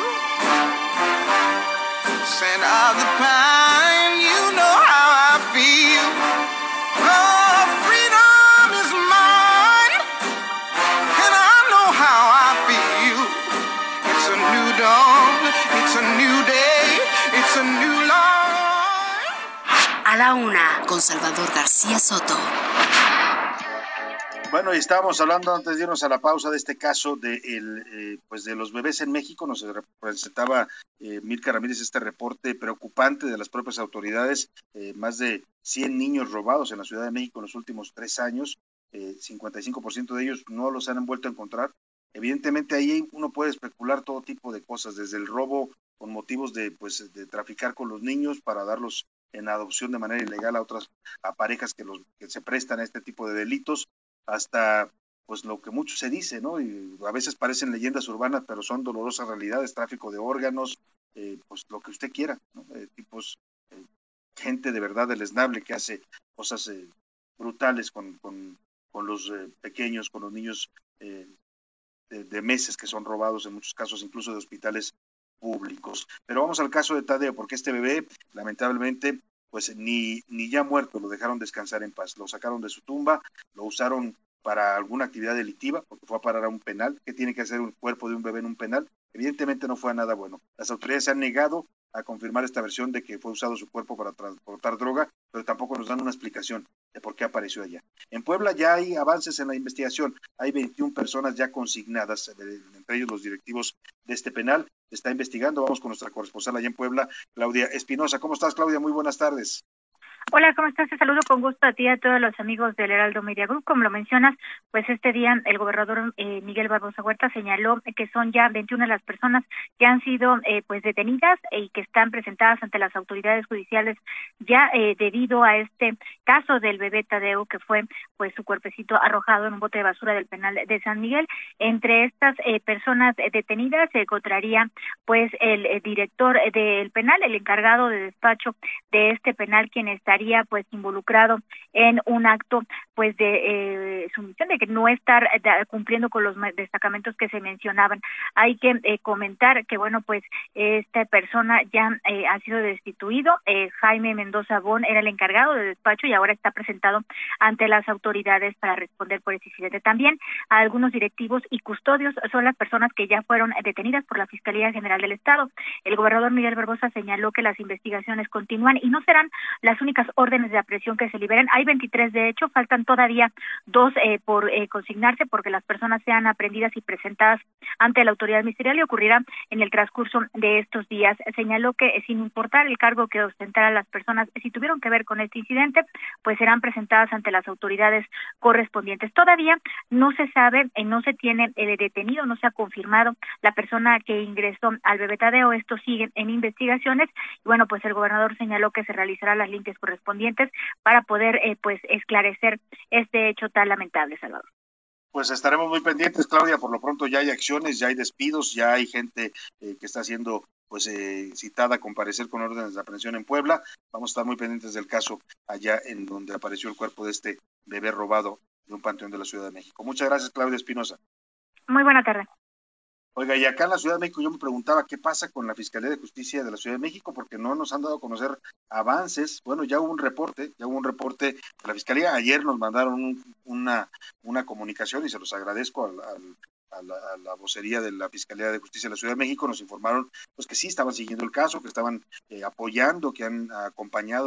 Scent of the pine, you know how I feel. Oh, freedom is mine, and I know how I feel. It's a new dawn, it's a new day, it's a new life. A la una, con Salvador García Soto. Bueno, y estábamos hablando antes de irnos a la pausa de este caso de el, eh, pues de los bebés en México. Nos presentaba eh, Milka Ramírez este reporte preocupante de las propias autoridades, eh, más de cien niños robados en la Ciudad de México en los últimos tres años, eh, cincuenta y cinco por ciento de ellos no los han vuelto a encontrar. Evidentemente ahí uno puede especular todo tipo de cosas, desde el robo con motivos de pues de traficar con los niños para darlos en adopción de manera ilegal a otras a parejas que los que se prestan a este tipo de delitos, hasta pues lo que mucho se dice, ¿no? Y a veces parecen leyendas urbanas, pero son dolorosas realidades, tráfico de órganos, eh, pues lo que usted quiera, ¿no? Eh, tipos, eh, gente de verdad deleznable que hace cosas eh, brutales con, con, con los eh, pequeños, con los niños eh, de, de meses que son robados, en muchos casos incluso de hospitales públicos. Pero vamos al caso de Tadeo, porque este bebé, lamentablemente, pues ni, ni ya muerto lo dejaron descansar en paz. Lo sacaron de su tumba, lo usaron para alguna actividad delictiva, porque fue a parar a un penal. ¿Qué tiene que hacer un cuerpo de un bebé en un penal? Evidentemente no fue a nada bueno. Las autoridades se han negado a confirmar esta versión de que fue usado su cuerpo para transportar droga, pero tampoco nos dan una explicación de por qué apareció allá. En Puebla ya hay avances en la investigación. Hay veintiuna personas ya consignadas, entre ellos los directivos de este penal. Se está investigando. Vamos con nuestra corresponsal allá en Puebla, Claudia Espinosa. ¿Cómo estás, Claudia? Muy buenas tardes. Hola, ¿cómo estás? Te saludo con gusto a ti y a todos los amigos del Heraldo Media Group. Como lo mencionas, pues este día el gobernador eh, Miguel Barbosa Huerta señaló que son ya veintiuna las personas que han sido eh, pues detenidas y que están presentadas ante las autoridades judiciales ya eh, debido a este caso del bebé Tadeo, que fue pues su cuerpecito arrojado en un bote de basura del penal de San Miguel. Entre estas eh, personas detenidas se encontraría pues el, el director del penal, el encargado de despacho de este penal, quien está estaría pues involucrado en un acto pues de eh, sumisión, de que no estar de, cumpliendo con los destacamentos que se mencionaban. Hay que eh, comentar que bueno pues esta persona ya eh, ha sido destituido. eh, Jaime Mendoza Bon era el encargado de despacho y ahora está presentado ante las autoridades para responder por ese incidente. También a algunos directivos y custodios son las personas que ya fueron detenidas por la Fiscalía General del Estado. El gobernador Miguel Barbosa señaló que las investigaciones continúan y no serán las únicas órdenes de aprehensión que se liberen. Hay veintitrés de hecho, faltan todavía dos eh, por eh, consignarse porque las personas sean aprehendidas y presentadas ante la autoridad ministerial, y ocurrirá en el transcurso de estos días. Señaló que sin importar el cargo que ostentaran las personas, si tuvieron que ver con este incidente, pues serán presentadas ante las autoridades correspondientes. Todavía no se sabe, eh, no se tiene el detenido, no se ha confirmado la persona que ingresó al bebé Tadeo. Esto sigue en investigaciones y bueno, pues el gobernador señaló que se realizarán las limpias correspondientes para poder eh, pues esclarecer este hecho tan lamentable, Salvador. Pues estaremos muy pendientes, Claudia. Por lo pronto ya hay acciones, ya hay despidos, ya hay gente eh, que está siendo pues eh, citada a comparecer con órdenes de aprehensión en Puebla. Vamos a estar muy pendientes del caso allá en donde apareció el cuerpo de este bebé robado de un panteón de la Ciudad de México. Muchas gracias, Claudia Espinosa. Muy buena tarde. Oiga, y acá en la Ciudad de México yo me preguntaba qué pasa con la Fiscalía de Justicia de la Ciudad de México, porque no nos han dado a conocer avances. Bueno, ya hubo un reporte, ya hubo un reporte de la Fiscalía. Ayer nos mandaron un, una, una comunicación y se los agradezco al, al, a, la, a la vocería de la Fiscalía de Justicia de la Ciudad de México. Nos informaron pues que sí estaban siguiendo el caso, que estaban eh, apoyando, que han acompañado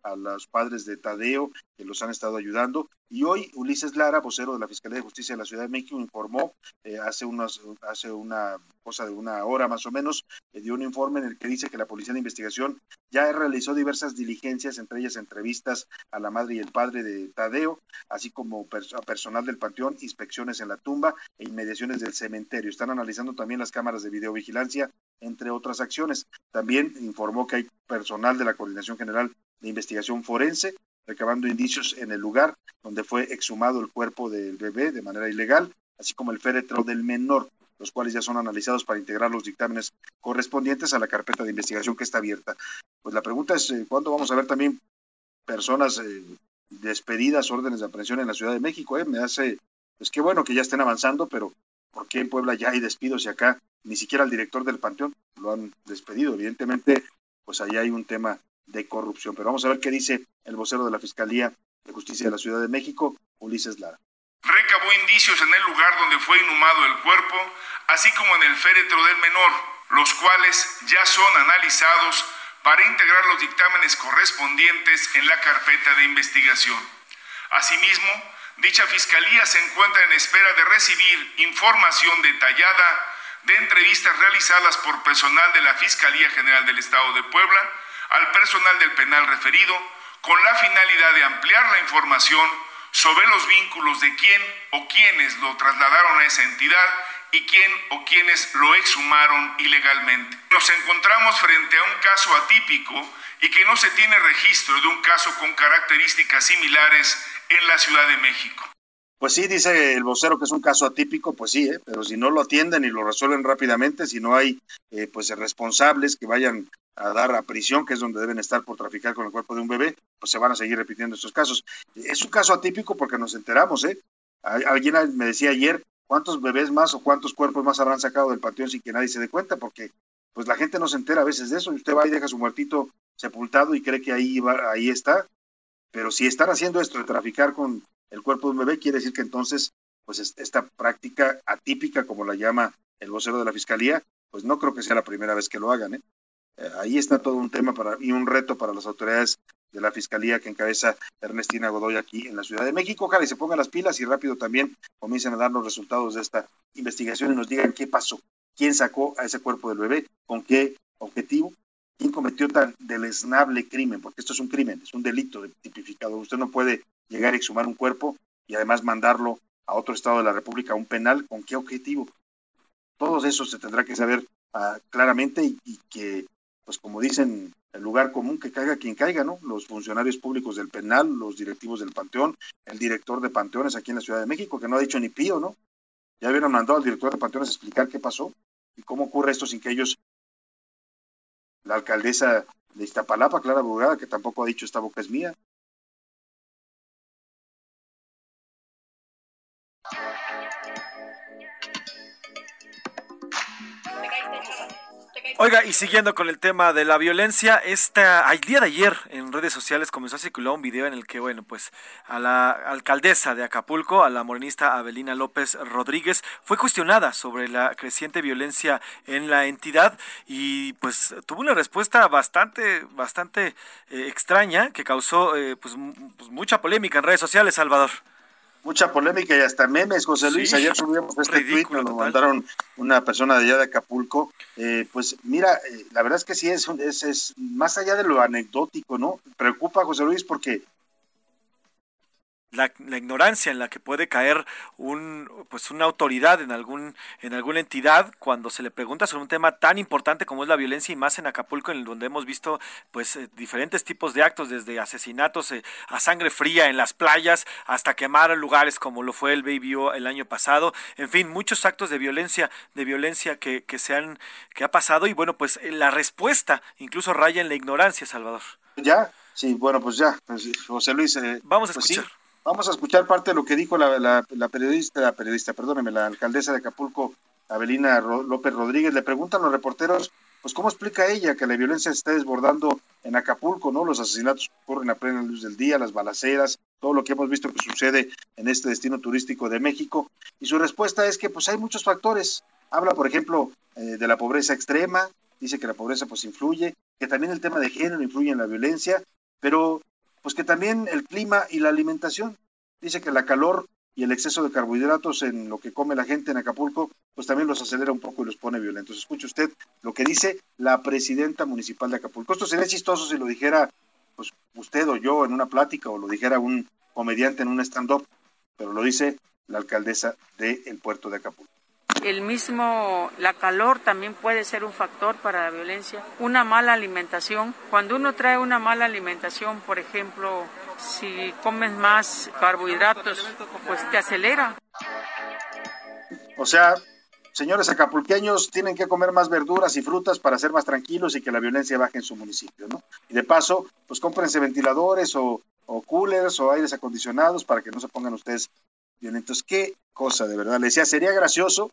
a los padres de Tadeo, que los han estado ayudando. Y hoy Ulises Lara, vocero de la Fiscalía de Justicia de la Ciudad de México, informó eh, hace, unos, hace una cosa de una hora más o menos, eh, dio un informe en el que dice que la Policía de Investigación ya realizó diversas diligencias, entre ellas entrevistas a la madre y el padre de Tadeo, así como pers- a personal del Panteón, inspecciones en la tumba e inmediaciones del cementerio. Están analizando también las cámaras de videovigilancia, entre otras acciones. También informó que hay personal de la Coordinación General de Investigación Forense recabando indicios en el lugar donde fue exhumado el cuerpo del bebé de manera ilegal, así como el féretro del menor, los cuales ya son analizados para integrar los dictámenes correspondientes a la carpeta de investigación que está abierta. Pues la pregunta es, eh, ¿cuándo vamos a ver también personas eh, despedidas, órdenes de aprehensión en la Ciudad de México? Eh? Me hace, pues qué bueno que ya estén avanzando, pero ¿por qué en Puebla ya hay despidos y acá ni siquiera al director del Panteón lo han despedido? Evidentemente, pues ahí hay un tema de corrupción. Pero vamos a ver qué dice el vocero de la Fiscalía de Justicia de la Ciudad de México, Ulises Lara. Recabó indicios en el lugar donde fue inhumado el cuerpo, así como en el féretro del menor, los cuales ya son analizados para integrar los dictámenes correspondientes en la carpeta de investigación. Asimismo, dicha fiscalía se encuentra en espera de recibir información detallada de entrevistas realizadas por personal de la Fiscalía General del Estado de Puebla al personal del penal referido, con la finalidad de ampliar la información sobre los vínculos de quién o quiénes lo trasladaron a esa entidad y quién o quiénes lo exhumaron ilegalmente. Nos encontramos frente a un caso atípico y que no se tiene registro de un caso con características similares en la Ciudad de México. Pues sí, dice el vocero que es un caso atípico, pues sí, ¿eh? Pero si no lo atienden y lo resuelven rápidamente, si no hay eh, pues responsables que vayan a dar a prisión, que es donde deben estar por traficar con el cuerpo de un bebé, pues se van a seguir repitiendo estos casos. Es un caso atípico porque nos enteramos, ¿eh? Alguien me decía ayer, ¿cuántos bebés más o cuántos cuerpos más habrán sacado del panteón sin que nadie se dé cuenta? Porque pues la gente no se entera a veces de eso, y usted va y deja su muertito sepultado y cree que ahí, va, ahí está, pero si están haciendo esto de traficar con el cuerpo de un bebé, quiere decir que entonces, pues esta práctica atípica, como la llama el vocero de la Fiscalía, pues no creo que sea la primera vez que lo hagan, ¿eh? Eh, ahí está todo un tema para, y un reto para las autoridades de la Fiscalía que encabeza Ernestina Godoy aquí en la Ciudad de México. Ojalá y se pongan las pilas y rápido también comiencen a dar los resultados de esta investigación y nos digan qué pasó, quién sacó a ese cuerpo del bebé, con qué objetivo, quién cometió tan deleznable crimen, porque esto es un crimen, es un delito tipificado. Usted no puede llegar a exhumar un cuerpo y además mandarlo a otro estado de la República, a un penal, ¿con qué objetivo? Todo eso se tendrá que saber uh, claramente y, y que, pues como dicen, el lugar común, que caiga quien caiga, ¿no? Los funcionarios públicos del penal, los directivos del Panteón, el director de Panteones aquí en la Ciudad de México, que no ha dicho ni pío, ¿no? Ya hubieran mandado al director de Panteones a explicar qué pasó y cómo ocurre esto sin que ellos, la alcaldesa de Iztapalapa, Clara Brugada, que tampoco ha dicho esta boca es mía. Oiga, y siguiendo con el tema de la violencia, esta, el día de ayer en redes sociales comenzó a circular un video en el que, bueno, pues a la alcaldesa de Acapulco, a la morenista Avelina López Rodríguez, fue cuestionada sobre la creciente violencia en la entidad y pues tuvo una respuesta bastante, bastante eh, extraña que causó eh, pues, m- pues mucha polémica en redes sociales, Salvador. Mucha polémica y hasta memes, José Luis. Sí, ayer subimos este tuit, nos lo mandaron una persona de allá de Acapulco. Eh, pues mira, eh, la verdad es que sí, es, es, es más allá de lo anecdótico, ¿no? Preocupa, José Luis, porque La, la ignorancia en la que puede caer un pues una autoridad en algún en alguna entidad cuando se le pregunta sobre un tema tan importante como es la violencia y más en Acapulco, en donde hemos visto pues eh, diferentes tipos de actos, desde asesinatos eh, a sangre fría en las playas hasta quemar lugares como lo fue el Baby O el año pasado, en fin, muchos actos de violencia de violencia que que se han que ha pasado y bueno, pues la respuesta incluso raya en la ignorancia, Salvador. Ya, sí, bueno, pues ya, pues, José Luis, eh, vamos a pues escuchar. Sí. Vamos a escuchar parte de lo que dijo la, la, la periodista, la periodista, perdóneme, la alcaldesa de Acapulco, Avelina Ro- López Rodríguez. Le preguntan los reporteros, pues cómo explica ella que la violencia se está desbordando en Acapulco, ¿no? Los asesinatos ocurren a plena luz del día, las balaceras, todo lo que hemos visto que sucede en este destino turístico de México. Y su respuesta es que pues hay muchos factores. Habla, por ejemplo, eh, de la pobreza extrema, dice que la pobreza pues influye, que también el tema de género influye en la violencia, pero pues que también el clima y la alimentación. Dice que la calor y el exceso de carbohidratos en lo que come la gente en Acapulco, pues también los acelera un poco y los pone violentos. Escuche usted lo que dice la presidenta municipal de Acapulco. Esto sería chistoso si lo dijera pues usted o yo en una plática, o lo dijera un comediante en un stand-up, pero lo dice la alcaldesa del puerto de Acapulco. El mismo, la calor también puede ser un factor para la violencia. Una mala alimentación. Cuando uno trae una mala alimentación, por ejemplo, si comes más carbohidratos, pues te acelera. O sea, señores acapulqueños, tienen que comer más verduras y frutas para ser más tranquilos y que la violencia baje en su municipio, ¿no? Y de paso, pues cómprense ventiladores o, o coolers o aires acondicionados para que no se pongan ustedes violentos. Qué cosa, de verdad. Le decía, sería gracioso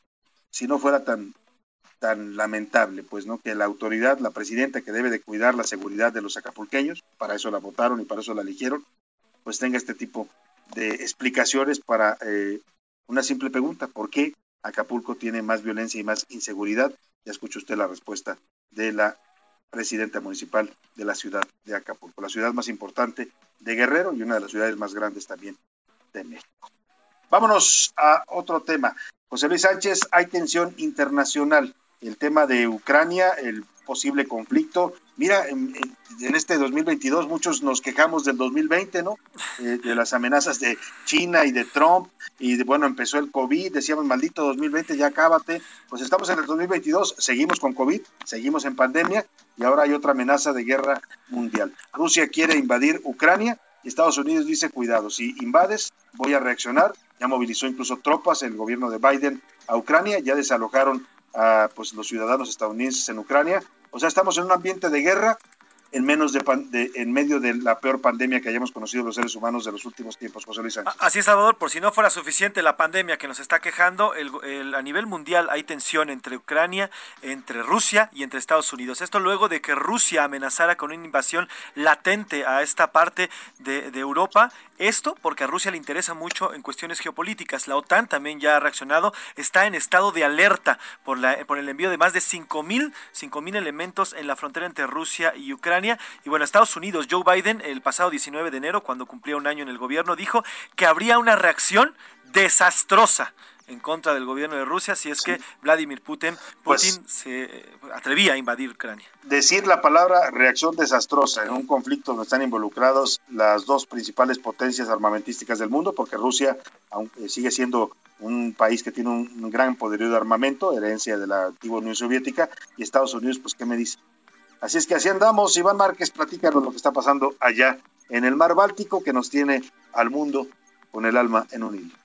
si no fuera tan, tan lamentable, pues, ¿no? Que la autoridad, la presidenta que debe de cuidar la seguridad de los acapulqueños, para eso la votaron y para eso la eligieron, pues tenga este tipo de explicaciones para eh, una simple pregunta: ¿por qué Acapulco tiene más violencia y más inseguridad? Ya escuchó usted la respuesta de la presidenta municipal de la ciudad de Acapulco, la ciudad más importante de Guerrero y una de las ciudades más grandes también de México. Vámonos a otro tema. José Luis Sánchez, hay tensión internacional. El tema de Ucrania, el posible conflicto. Mira, en, en este dos mil veintidós muchos nos quejamos del dos mil veinte, ¿no? Eh, de las amenazas de China y de Trump, y de, bueno, empezó el COVID, decíamos, maldito dos mil veinte, ya cábate. Pues estamos en el dos mil veintidós, seguimos con COVID, seguimos en pandemia, y ahora hay otra amenaza de guerra mundial. Rusia quiere invadir Ucrania, y Estados Unidos dice, cuidado, si invades, voy a reaccionar. Ya movilizó incluso tropas el gobierno de Biden a Ucrania, ya desalojaron a pues, los ciudadanos estadounidenses en Ucrania. O sea, estamos en un ambiente de guerra en menos de, pan, de en medio de la peor pandemia que hayamos conocido los seres humanos de los últimos tiempos. José Luis Sánchez. Así es, Salvador, por si no fuera suficiente la pandemia que nos está quejando, el, el, a nivel mundial hay tensión entre Ucrania, entre Rusia y entre Estados Unidos. Esto luego de que Rusia amenazara con una invasión latente a esta parte de, de Europa. Esto porque a Rusia le interesa mucho en cuestiones geopolíticas. La OTAN también ya ha reaccionado, está en estado de alerta por, la, por el envío de más de cinco mil elementos en la frontera entre Rusia y Ucrania. Y bueno, Estados Unidos, Joe Biden, el pasado diecinueve de enero, cuando cumplía un año en el gobierno, dijo que habría una reacción desastrosa en contra del gobierno de Rusia si es sí. que Vladimir Putin, Putin pues, se atrevía a invadir Ucrania. Decir la palabra reacción desastrosa en un conflicto donde están involucrados las dos principales potencias armamentísticas del mundo, porque Rusia aunque sigue siendo un país que tiene un, un gran poderío de armamento, herencia de la antigua Unión Soviética, y Estados Unidos, pues, ¿qué me dice? Así es que así andamos. Iván Márquez, platícanos lo que está pasando allá en el mar Báltico, que nos tiene al mundo con el alma en un hilo.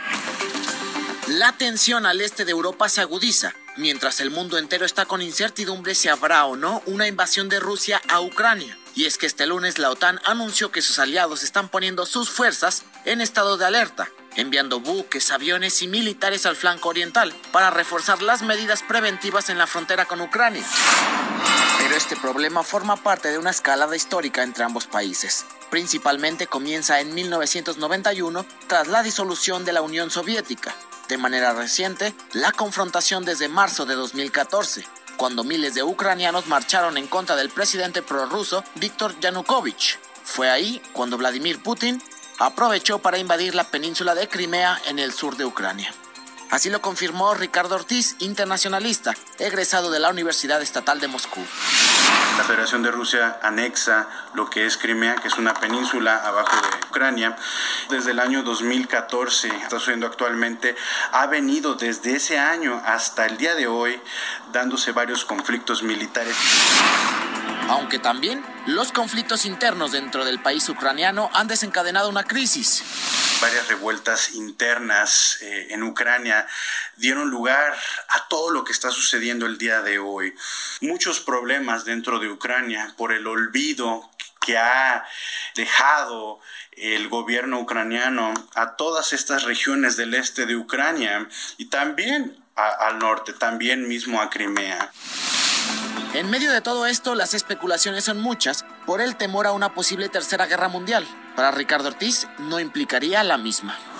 La tensión al este de Europa se agudiza, mientras el mundo entero está con incertidumbre si habrá o no una invasión de Rusia a Ucrania. Y es que este lunes la OTAN anunció que sus aliados están poniendo sus fuerzas en estado de alerta, enviando buques, aviones y militares al flanco oriental para reforzar las medidas preventivas en la frontera con Ucrania. Pero este problema forma parte de una escalada histórica entre ambos países. Principalmente comienza en mil novecientos noventa y uno, tras la disolución de la Unión Soviética. De manera reciente, la confrontación desde marzo de dos mil catorce, cuando miles de ucranianos marcharon en contra del presidente prorruso Víctor Yanukovych. Fue ahí cuando Vladimir Putin aprovechó para invadir la península de Crimea en el sur de Ucrania. Así lo confirmó Ricardo Ortiz, internacionalista, egresado de la Universidad Estatal de Moscú. La Federación de Rusia anexa lo que es Crimea, que es una península abajo de Ucrania. Desde el año dos mil catorce, está sucediendo actualmente, ha venido desde ese año hasta el día de hoy dándose varios conflictos militares. Aunque también los conflictos internos dentro del país ucraniano han desencadenado una crisis. Varias revueltas internas eh, en Ucrania dieron lugar a todo lo que está sucediendo el día de hoy. Muchos problemas dentro de Ucrania por el olvido que ha dejado el gobierno ucraniano a todas estas regiones del este de Ucrania y también a, al norte, también mismo a Crimea. En medio de todo esto, las especulaciones son muchas por el temor a una posible tercera guerra mundial. Para Ricardo Ortiz, no implicaría la misma.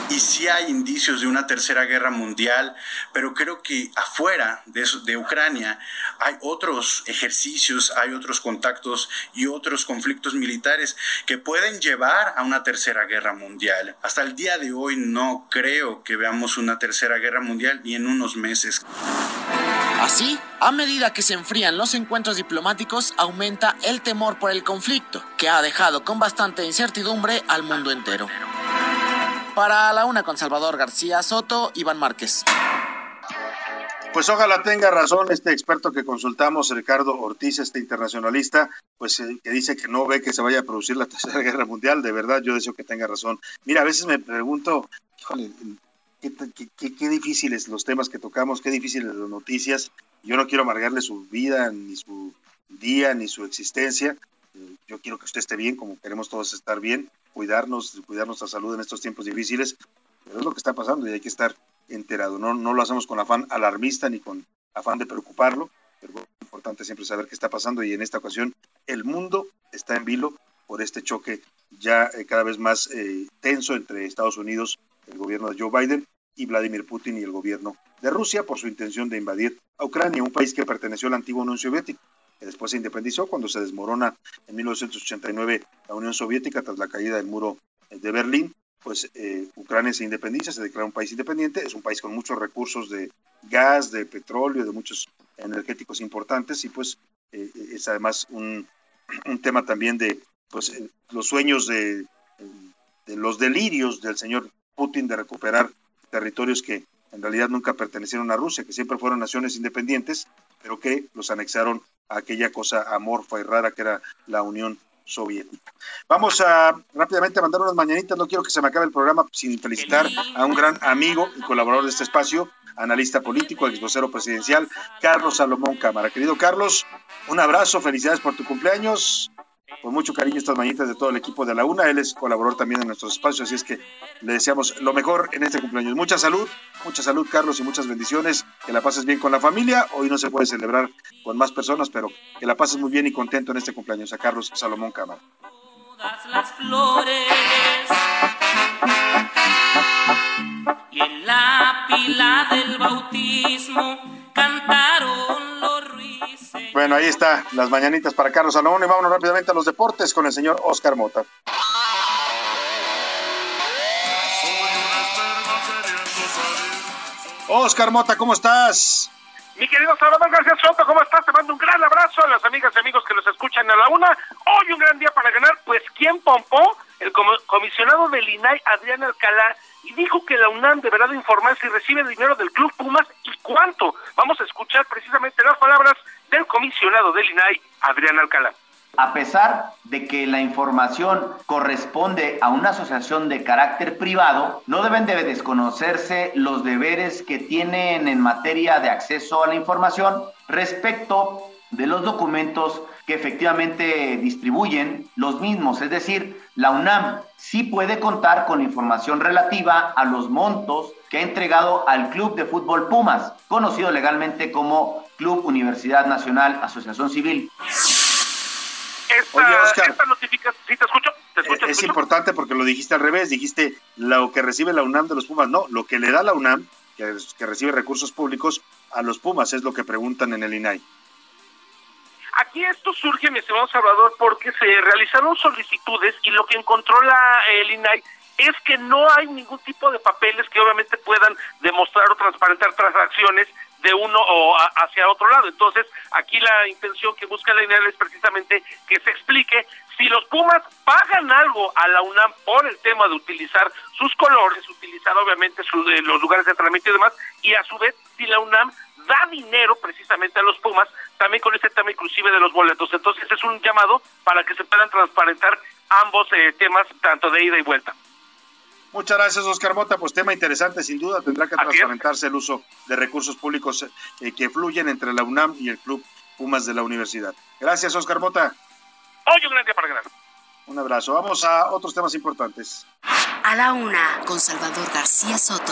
y sí hay indicios de una tercera guerra mundial, pero creo que afuera de, eso, de Ucrania hay otros ejercicios, hay otros contactos y otros conflictos militares que pueden llevar a una tercera guerra mundial. Hasta el día de hoy no creo que veamos una tercera guerra mundial ni en unos meses. Así, a medida que se enfrían los encuentros diplomáticos, aumenta el temor por el conflicto, que ha dejado con bastante incertidumbre al mundo entero. Para la una con Salvador García Soto, Iván Márquez. Pues ojalá tenga razón este experto que consultamos, Ricardo Ortiz, este internacionalista, pues eh, que dice que no ve que se vaya a producir la tercera guerra mundial. De verdad, yo deseo que tenga razón. Mira, a veces me pregunto, híjole, qué, qué, qué, qué difíciles los temas que tocamos, qué difíciles las noticias. Yo no quiero amargarle su vida, ni su día, ni su existencia. Yo quiero que usted esté bien, como queremos todos estar bien, cuidarnos, cuidar nuestra salud en estos tiempos difíciles, pero es lo que está pasando y hay que estar enterado. No, no lo hacemos con afán alarmista ni con afán de preocuparlo, pero es importante siempre saber qué está pasando y en esta ocasión el mundo está en vilo por este choque ya eh, cada vez más eh, tenso entre Estados Unidos, el gobierno de Joe Biden, y Vladimir Putin y el gobierno de Rusia por su intención de invadir a Ucrania, un país que perteneció a la antigua Unión Soviética, que después se independizó cuando se desmorona en mil novecientos ochenta y nueve la Unión Soviética tras la caída del muro de Berlín. Pues eh, Ucrania se independiza, se declara un país independiente, es un país con muchos recursos de gas, de petróleo, de muchos energéticos importantes y pues eh, es además un, un tema también de pues eh, los sueños de, de los delirios del señor Putin de recuperar territorios que en realidad nunca pertenecieron a Rusia, que siempre fueron naciones independientes, pero que los anexaron a aquella cosa amorfa y rara que era la Unión Soviética. Vamos a rápidamente a mandar unas mañanitas, no quiero que se me acabe el programa sin felicitar a un gran amigo y colaborador de este espacio, analista político, ex vocero presidencial, Carlos Salomón Cámara. Querido Carlos, un abrazo, felicidades por tu cumpleaños. Con mucho cariño estas mañanitas de todo el equipo de La Una, él es colaborador también en nuestros espacios, así es que le deseamos lo mejor en este cumpleaños. Mucha salud, mucha salud Carlos y muchas bendiciones, que la pases bien con la familia, hoy no se puede celebrar con más personas, pero que la pases muy bien y contento en este cumpleaños a Carlos Salomón Cámara. Todas las flores y en la pila del bautismo cantaron los ruiseñores. Bueno, ahí está, las mañanitas para Carlos Salomón y vámonos rápidamente a los deportes con el señor Oscar Mota. Oscar Mota, ¿cómo estás? Mi querido Salvador García Soto, ¿cómo estás? Te mando un gran abrazo a las amigas y amigos que nos escuchan a la una. Hoy un gran día para ganar, pues ¿quién pompó? El comisionado del I N A I, Adrián Alcalá, y dijo que la UNAM deberá de informar si recibe dinero del Club Pumas y cuánto. Vamos a escuchar precisamente las palabras del comisionado del I N A I, Adrián Alcalá. A pesar de que la información corresponde a una asociación de carácter privado, no deben de desconocerse los deberes que tienen en materia de acceso a la información respecto de los documentos que efectivamente distribuyen los mismos. Es decir, la UNAM sí puede contar con información relativa a los montos que ha entregado al Club de Fútbol Pumas, conocido legalmente como Club Universidad Nacional Asociación Civil. Esta, Oye, Oscar, esta notificación, ¿sí te escucho? ¿Te escucho, es te escucho? importante porque lo dijiste al revés, dijiste lo que recibe la UNAM de los Pumas, no, lo que le da la UNAM, que, que recibe recursos públicos a los Pumas, es lo que preguntan en el I N A I. Aquí esto surge, mi estimado Salvador, porque se realizaron solicitudes y lo que encontró la, el I N A I es que no hay ningún tipo de papeles que obviamente puedan demostrar o transparentar transacciones de uno o a, hacia otro lado. Entonces, aquí la intención que busca la I N A I es precisamente que se explique si los Pumas pagan algo a la UNAM por el tema de utilizar sus colores, utilizar obviamente su, eh, los lugares de entrenamiento y demás, y a su vez si la UNAM da dinero precisamente a los Pumas, también con este tema inclusive de los boletos. Entonces es un llamado para que se puedan transparentar ambos eh, temas, tanto de ida y vuelta. Muchas gracias, Oscar Mota. Pues tema interesante, sin duda. Tendrá que transparentarse el uso de recursos públicos eh, que fluyen entre la UNAM y el Club Pumas de la universidad. Gracias, Oscar Mota. Hoy un gran día para ganar. Un abrazo. Vamos a otros temas importantes. A la una, con Salvador García Soto.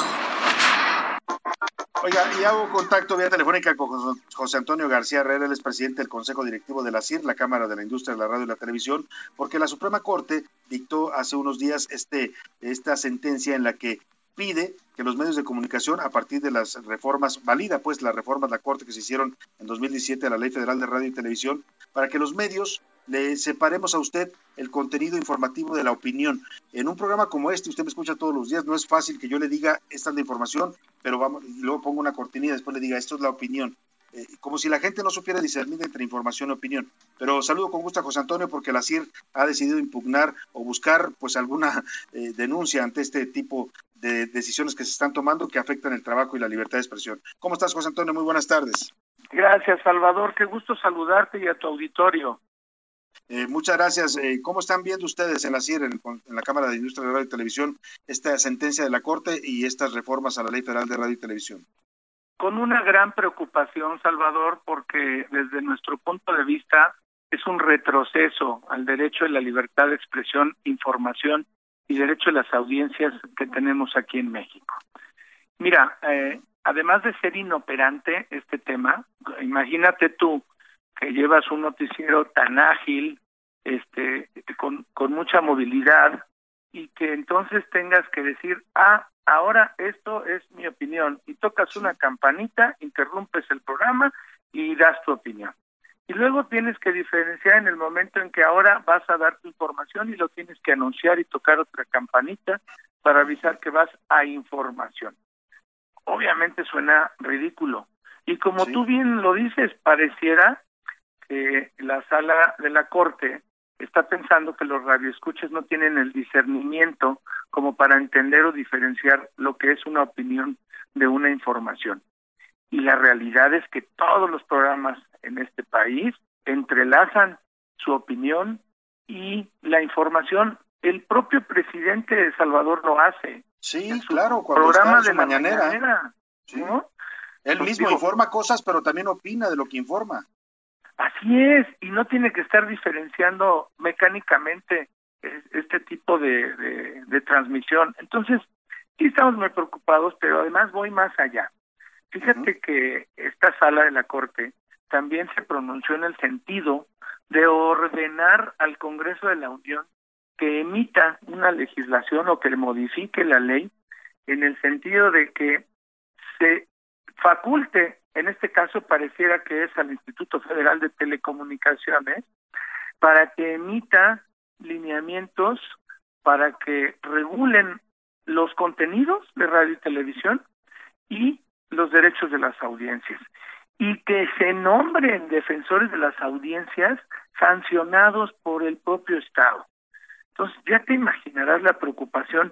Oiga, y hago contacto vía telefónica con José Antonio García Herrera, él es presidente del Consejo Directivo de la C I R, la Cámara de la Industria de la Radio y la Televisión, porque la Suprema Corte dictó hace unos días este esta sentencia en la que pide que los medios de comunicación, a partir de las reformas, valida pues las reformas de la Corte que se hicieron en dos mil diecisiete a la Ley Federal de Radio y Televisión, para que los medios le separemos a usted el contenido informativo de la opinión. En un programa como este, usted me escucha todos los días, no es fácil que yo le diga esta es la información, pero vamos, y luego pongo una cortinilla y después le diga esto es la opinión. Eh, como si la gente no supiera discernir entre información y opinión. Pero saludo con gusto a José Antonio porque la C I R ha decidido impugnar o buscar pues alguna eh, denuncia ante este tipo de decisiones que se están tomando que afectan el trabajo y la libertad de expresión. ¿Cómo estás, José Antonio? Muy buenas tardes. Gracias, Salvador. Qué gusto saludarte y a tu auditorio. Eh, muchas gracias. Eh, ¿Cómo están viendo ustedes en la C I R, en, en la Cámara de Industria de Radio y Televisión, esta sentencia de la Corte y estas reformas a la Ley Federal de Radio y Televisión? Con una gran preocupación, Salvador, porque desde nuestro punto de vista es un retroceso al derecho de la libertad de expresión, información y derecho de las audiencias que tenemos aquí en México. Mira, eh, además de ser inoperante este tema, imagínate tú que llevas un noticiero tan ágil, este, con, con mucha movilidad, y que entonces tengas que decir, ah, ahora esto es mi opinión, y tocas una campanita, interrumpes el programa y das tu opinión. Y luego tienes que diferenciar en el momento en que ahora vas a dar tu información y lo tienes que anunciar y tocar otra campanita para avisar que vas a información. Obviamente suena ridículo. Y como sí. tú bien lo dices, pareciera que la sala de la Corte está pensando que los radioescuchas no tienen el discernimiento como para entender o diferenciar lo que es una opinión de una información. Y la realidad es que todos los programas en este país entrelazan su opinión y la información. El propio presidente de Salvador lo hace. Sí, claro, cuando programa está en su de mañanera. la mañanera, sí. ¿no? Él Pues mismo digo, informa cosas, pero también opina de lo que informa. Así es, y no tiene que estar diferenciando mecánicamente este tipo de, de, de transmisión. Entonces, sí estamos muy preocupados, pero además voy más allá. Fíjate uh-huh. que esta sala de la Corte también se pronunció en el sentido de ordenar al Congreso de la Unión que emita una legislación o que modifique la ley en el sentido de que se faculte, en este caso pareciera que es al Instituto Federal de Telecomunicaciones, para que emita lineamientos para que regulen los contenidos de radio y televisión y los derechos de las audiencias, y que se nombren defensores de las audiencias sancionados por el propio Estado. Entonces ya te imaginarás la preocupación.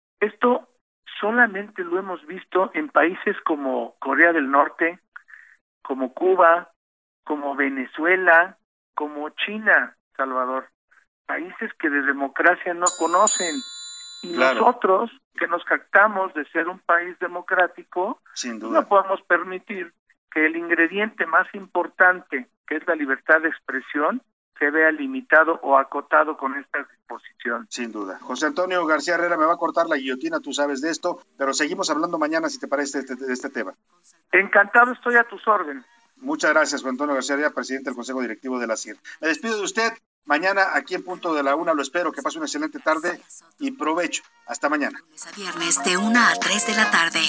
Esto solamente lo hemos visto en países como Corea del Norte, como Cuba, como Venezuela, como China, Salvador, países que de democracia no conocen. Y claro. nosotros, que nos jactamos de ser un país democrático, sin duda, no podemos permitir que el ingrediente más importante, que es la libertad de expresión, se vea limitado o acotado con esta disposición. Sin duda. José Antonio García Herrera, me va a cortar la guillotina, tú sabes de esto, pero seguimos hablando mañana, si te parece, de este, de este tema. Encantado, estoy a tus órdenes. Muchas gracias, Juan Antonio García Herrera, presidente del Consejo Directivo de la C I R. Me despido de usted. Mañana aquí en punto de la una lo espero. Que pase una excelente tarde y provecho. Hasta mañana. Lunes a viernes de una a tres de la tarde.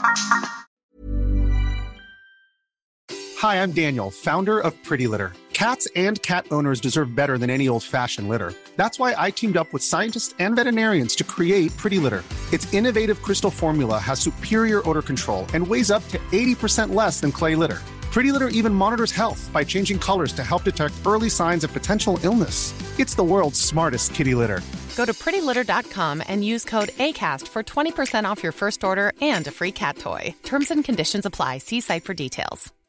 Hi, I'm Daniel, founder of Pretty Litter. Cats and cat owners deserve better than any old-fashioned litter. That's why I teamed up with scientists and veterinarians to create Pretty Litter. Its innovative crystal formula has superior odor control and weighs up to eighty percent less than clay litter. Pretty Litter even monitors health by changing colors to help detect early signs of potential illness. It's the world's smartest kitty litter. Go to pretty litter dot com and use code ACAST for twenty percent off your first order and a free cat toy. Terms and conditions apply. See site for details.